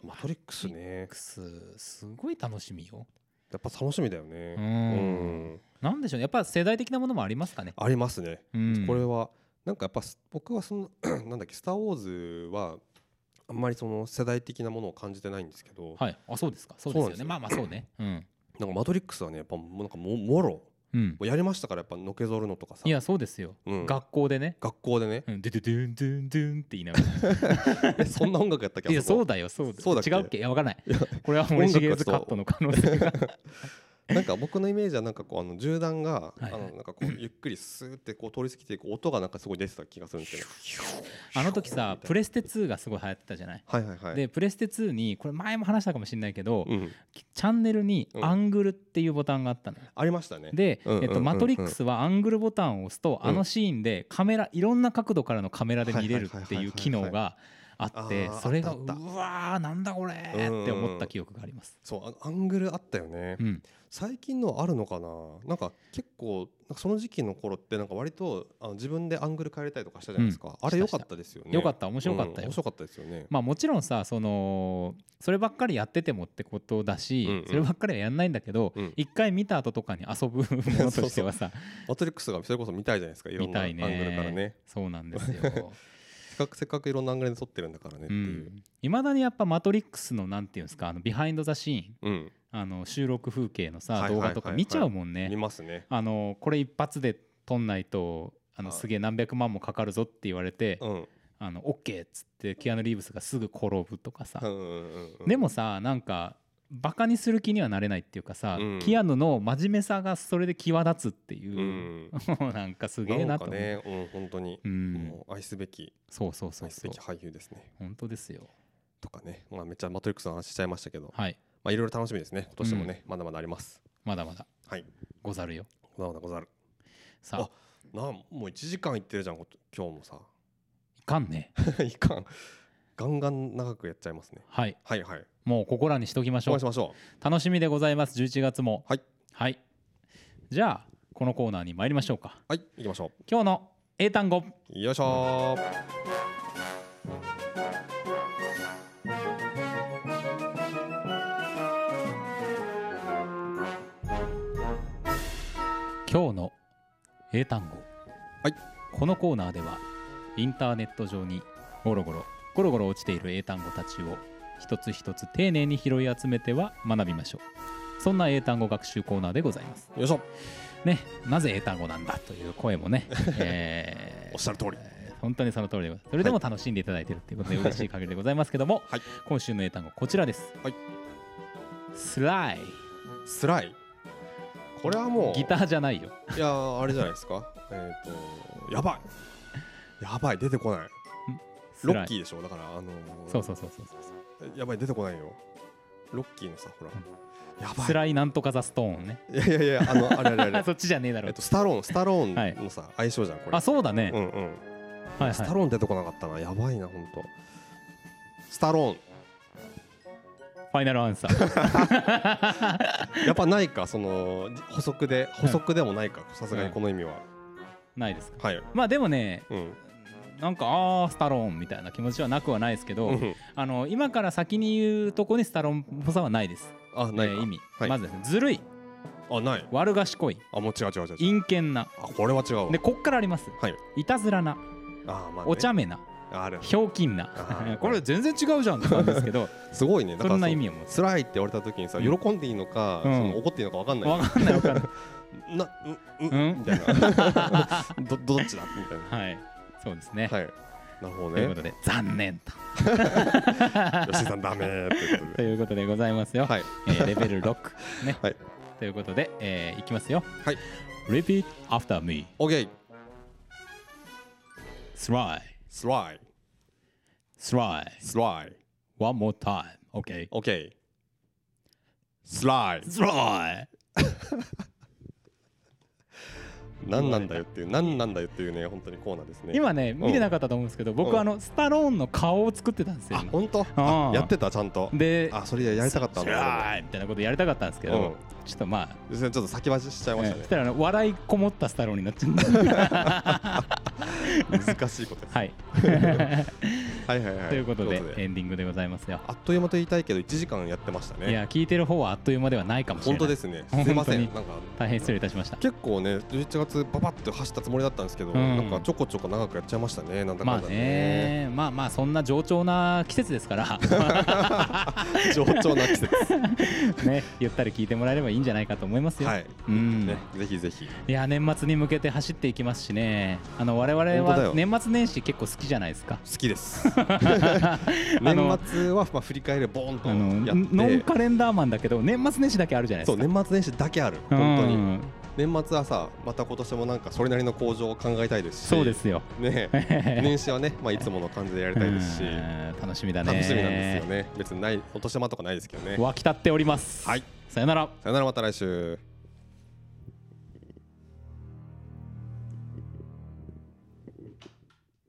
マトリックスね。 すごい楽しみよ。 やっぱ楽しみだよね。 なんでしょうね、やっぱ世代的なものもありますかね。 ありますね。これはなんかやっぱ僕はそのなんだっけ、スター・ウォーズはあんまりその世代的なものを感じてないんですけど。 はい。あ、そうですか。そうですよね。まあそうね。 なんかマトリックスはね、やっぱなんかもろやりましたから、やっぱのけぞるのとかさ。 いやそうですよ。学校でね。 ドゥドゥドゥンドゥンドゥンって言いながら。 そんな音楽やったっけ？ いやそうだよそうだ。違うっけ？いやわかんない。これは森重カットの可能性が。 なんか僕のイメージはなんかこう銃弾がなんかこうゆっくりスーってこう通り過ぎていく音がなんかすごい出てた気がするんですけど、 あの時さプレステ2がすごい流行ってたじゃない。でプレステ2にこれ前も話したかもしれないけど、チャンネルにアングルっていうボタンがあったの。 ありましたね。 でマトリックスはアングルボタンを押すとあのシーンでカメラいろんな角度からのカメラで見れるっていう機能があって、それがうわーなんだこれって思った記憶があります。 そうアングルあったよね。最近のあるのかな。なんか結構なんかその時期の頃ってなんか割と自分でアングル変えれたりとかしたじゃないですか。あれ良かったですよね。 良かった、面白かったよ。 面白かったですよね。 まあもちろんさそればっかりやっててもってことだし、そればっかりはやんないんだけど、一回見た後とかに遊ぶものとしてはさ、 マトリックスがそれこそ見たいじゃないですか。いろんなアングルからね。 そうなんですよ。 せっかくいろんなアングルで撮ってるんだからねっていう。 いまだにやっぱマトリックスのなんていうんですか、ビハインドザシーン、収録風景のさ動画とか見ちゃうもんね。 見ますね。 これ一発で撮んないとすげえ何百万もかかるぞって言われて、オッケーっつってキアヌ・リーブスがすぐ転ぶとかさ。でもさなんかバカにする気にはなれないっていうかさ、キアヌの真面目さがそれで際立つっていう、なんかすげえなと思う。 なんかね、本当にもう愛すべき、愛すべき俳優ですね。 本当ですよ。 とかね、まあめっちゃマトリックスの話しちゃいましたけど、 はい。 まあいろいろ楽しみですね。今年もね、まだまだあります。 まだまだ。 はい。 ござるよ。 まだまだござる。 さあ、 もう1時間いってるじゃん今日もさ。 いかんね。 いかん。ガンガン長くやっちゃいますね。 はい。 はいはい。 もうここらにしときましょう。楽しみでございます。11月も。 はい。 はい。じゃあこのコーナーに参りましょうか。 はい、行きましょう。 今日の英単語。 よいしょ。 今日の英単語。 はい。 このコーナーではインターネット上にゴロゴロ落ちている英単語たちを一つ一つ丁寧に拾い集めては学びましょう。そんな英単語学習コーナーでございます。 よいしょ。 ね、なぜ英単語なんだという声もね、 おっしゃる通り。 本当にその通りで、それでも楽しんでいただいているということで嬉しい限りでございますけども、今週の英単語こちらです。スライ。 スライ。これはもうギターじゃないよ。 いやあれじゃないですか。やばい出てこない。ロッキーでしょ。だからそうやばい出てこないよ。ロッキーのさほら、 やばいスライなんとかザストーンね。 いやあれそっちじゃねえだろ。 スタローンのさ相性じゃんこれ。 あ、そうだね。 スタローン出てこなかったな。やばいな本当。スタローン。 ファイナルアンサー。 やっぱないか、その補足でもないか、さすがにこの意味はないですか。 はい。 まあでもね、なんかスタローンみたいな気持ちはなくはないですけど、今から先に言うとこにスタローンっぽさはないです。 ないか。 意味、まずですね、ずるい。 ない。 悪賢い。 もう違う。 陰険な。 これは違うわ。 でこっからあります。いたずらな。お茶目な。ひょうきんな。これ全然違うじゃんって感じですけど、 すごいね。 そんな意味を持つ。 スライって言われた時にさ、喜んでいいのか怒っていいのか分かんない。 分かんない。 みたいな。どっちだみたいな。 はい。そうですね。 はい。なるほどね。 ということで残念と。 吉井さんダメということでございますよ。レベル6ね。 はい。 ということでいきますよ。 はい。 Repeat after me. OK。 Sly. One more time. OK。Sly。何なんだよっていうね、本当にコーナーですね。 今ね見れなかったと思うんですけど、僕スタローンの顔を作ってたんですよ。 本当？やってたちゃんと。 で、 それやりたかったんだ。 みたいなことやりたかったんですけど、ちょっとまあちょっと先走しちゃいましたね。 そしたら笑いこもったスタローンになっちゃった。 難しいことです。 はい。 ということでエンディングでございますよ。 あっという間と言いたいけど1時間やってましたね。 いや聞いてる方はあっという間ではないかもしれない。 本当ですね。すいません。なんか大変失礼いたしました。 結構ね11月ババッと走ったつもりだったんですけど、なんかちょこちょこ長くやっちゃいましたね。なんだかんだね。 まあそんな冗長な季節ですから冗長な季節ね、ゆったり聞いてもらえればいいんじゃないかと思いますよ。 はい、ね、ぜひぜひ。 いや年末に向けて走っていきますしね。我々は年末年始結構好きじゃないですか。 好きです年末は振り返りボーンとやってノンカレンダーマンだけど年末年始だけあるじゃないですか。 そう、年末年始だけある。本当に年末はさ、また今年もなんかそれなりの向上を考えたいですし。 そうですよね。年始はね、いつもの感じでやりたいですし、 楽しみだね。 楽しみなんですよね。別にないお年玉とかないですけどね。 湧き立っております。 はい、 さよなら。 さよなら、また来週。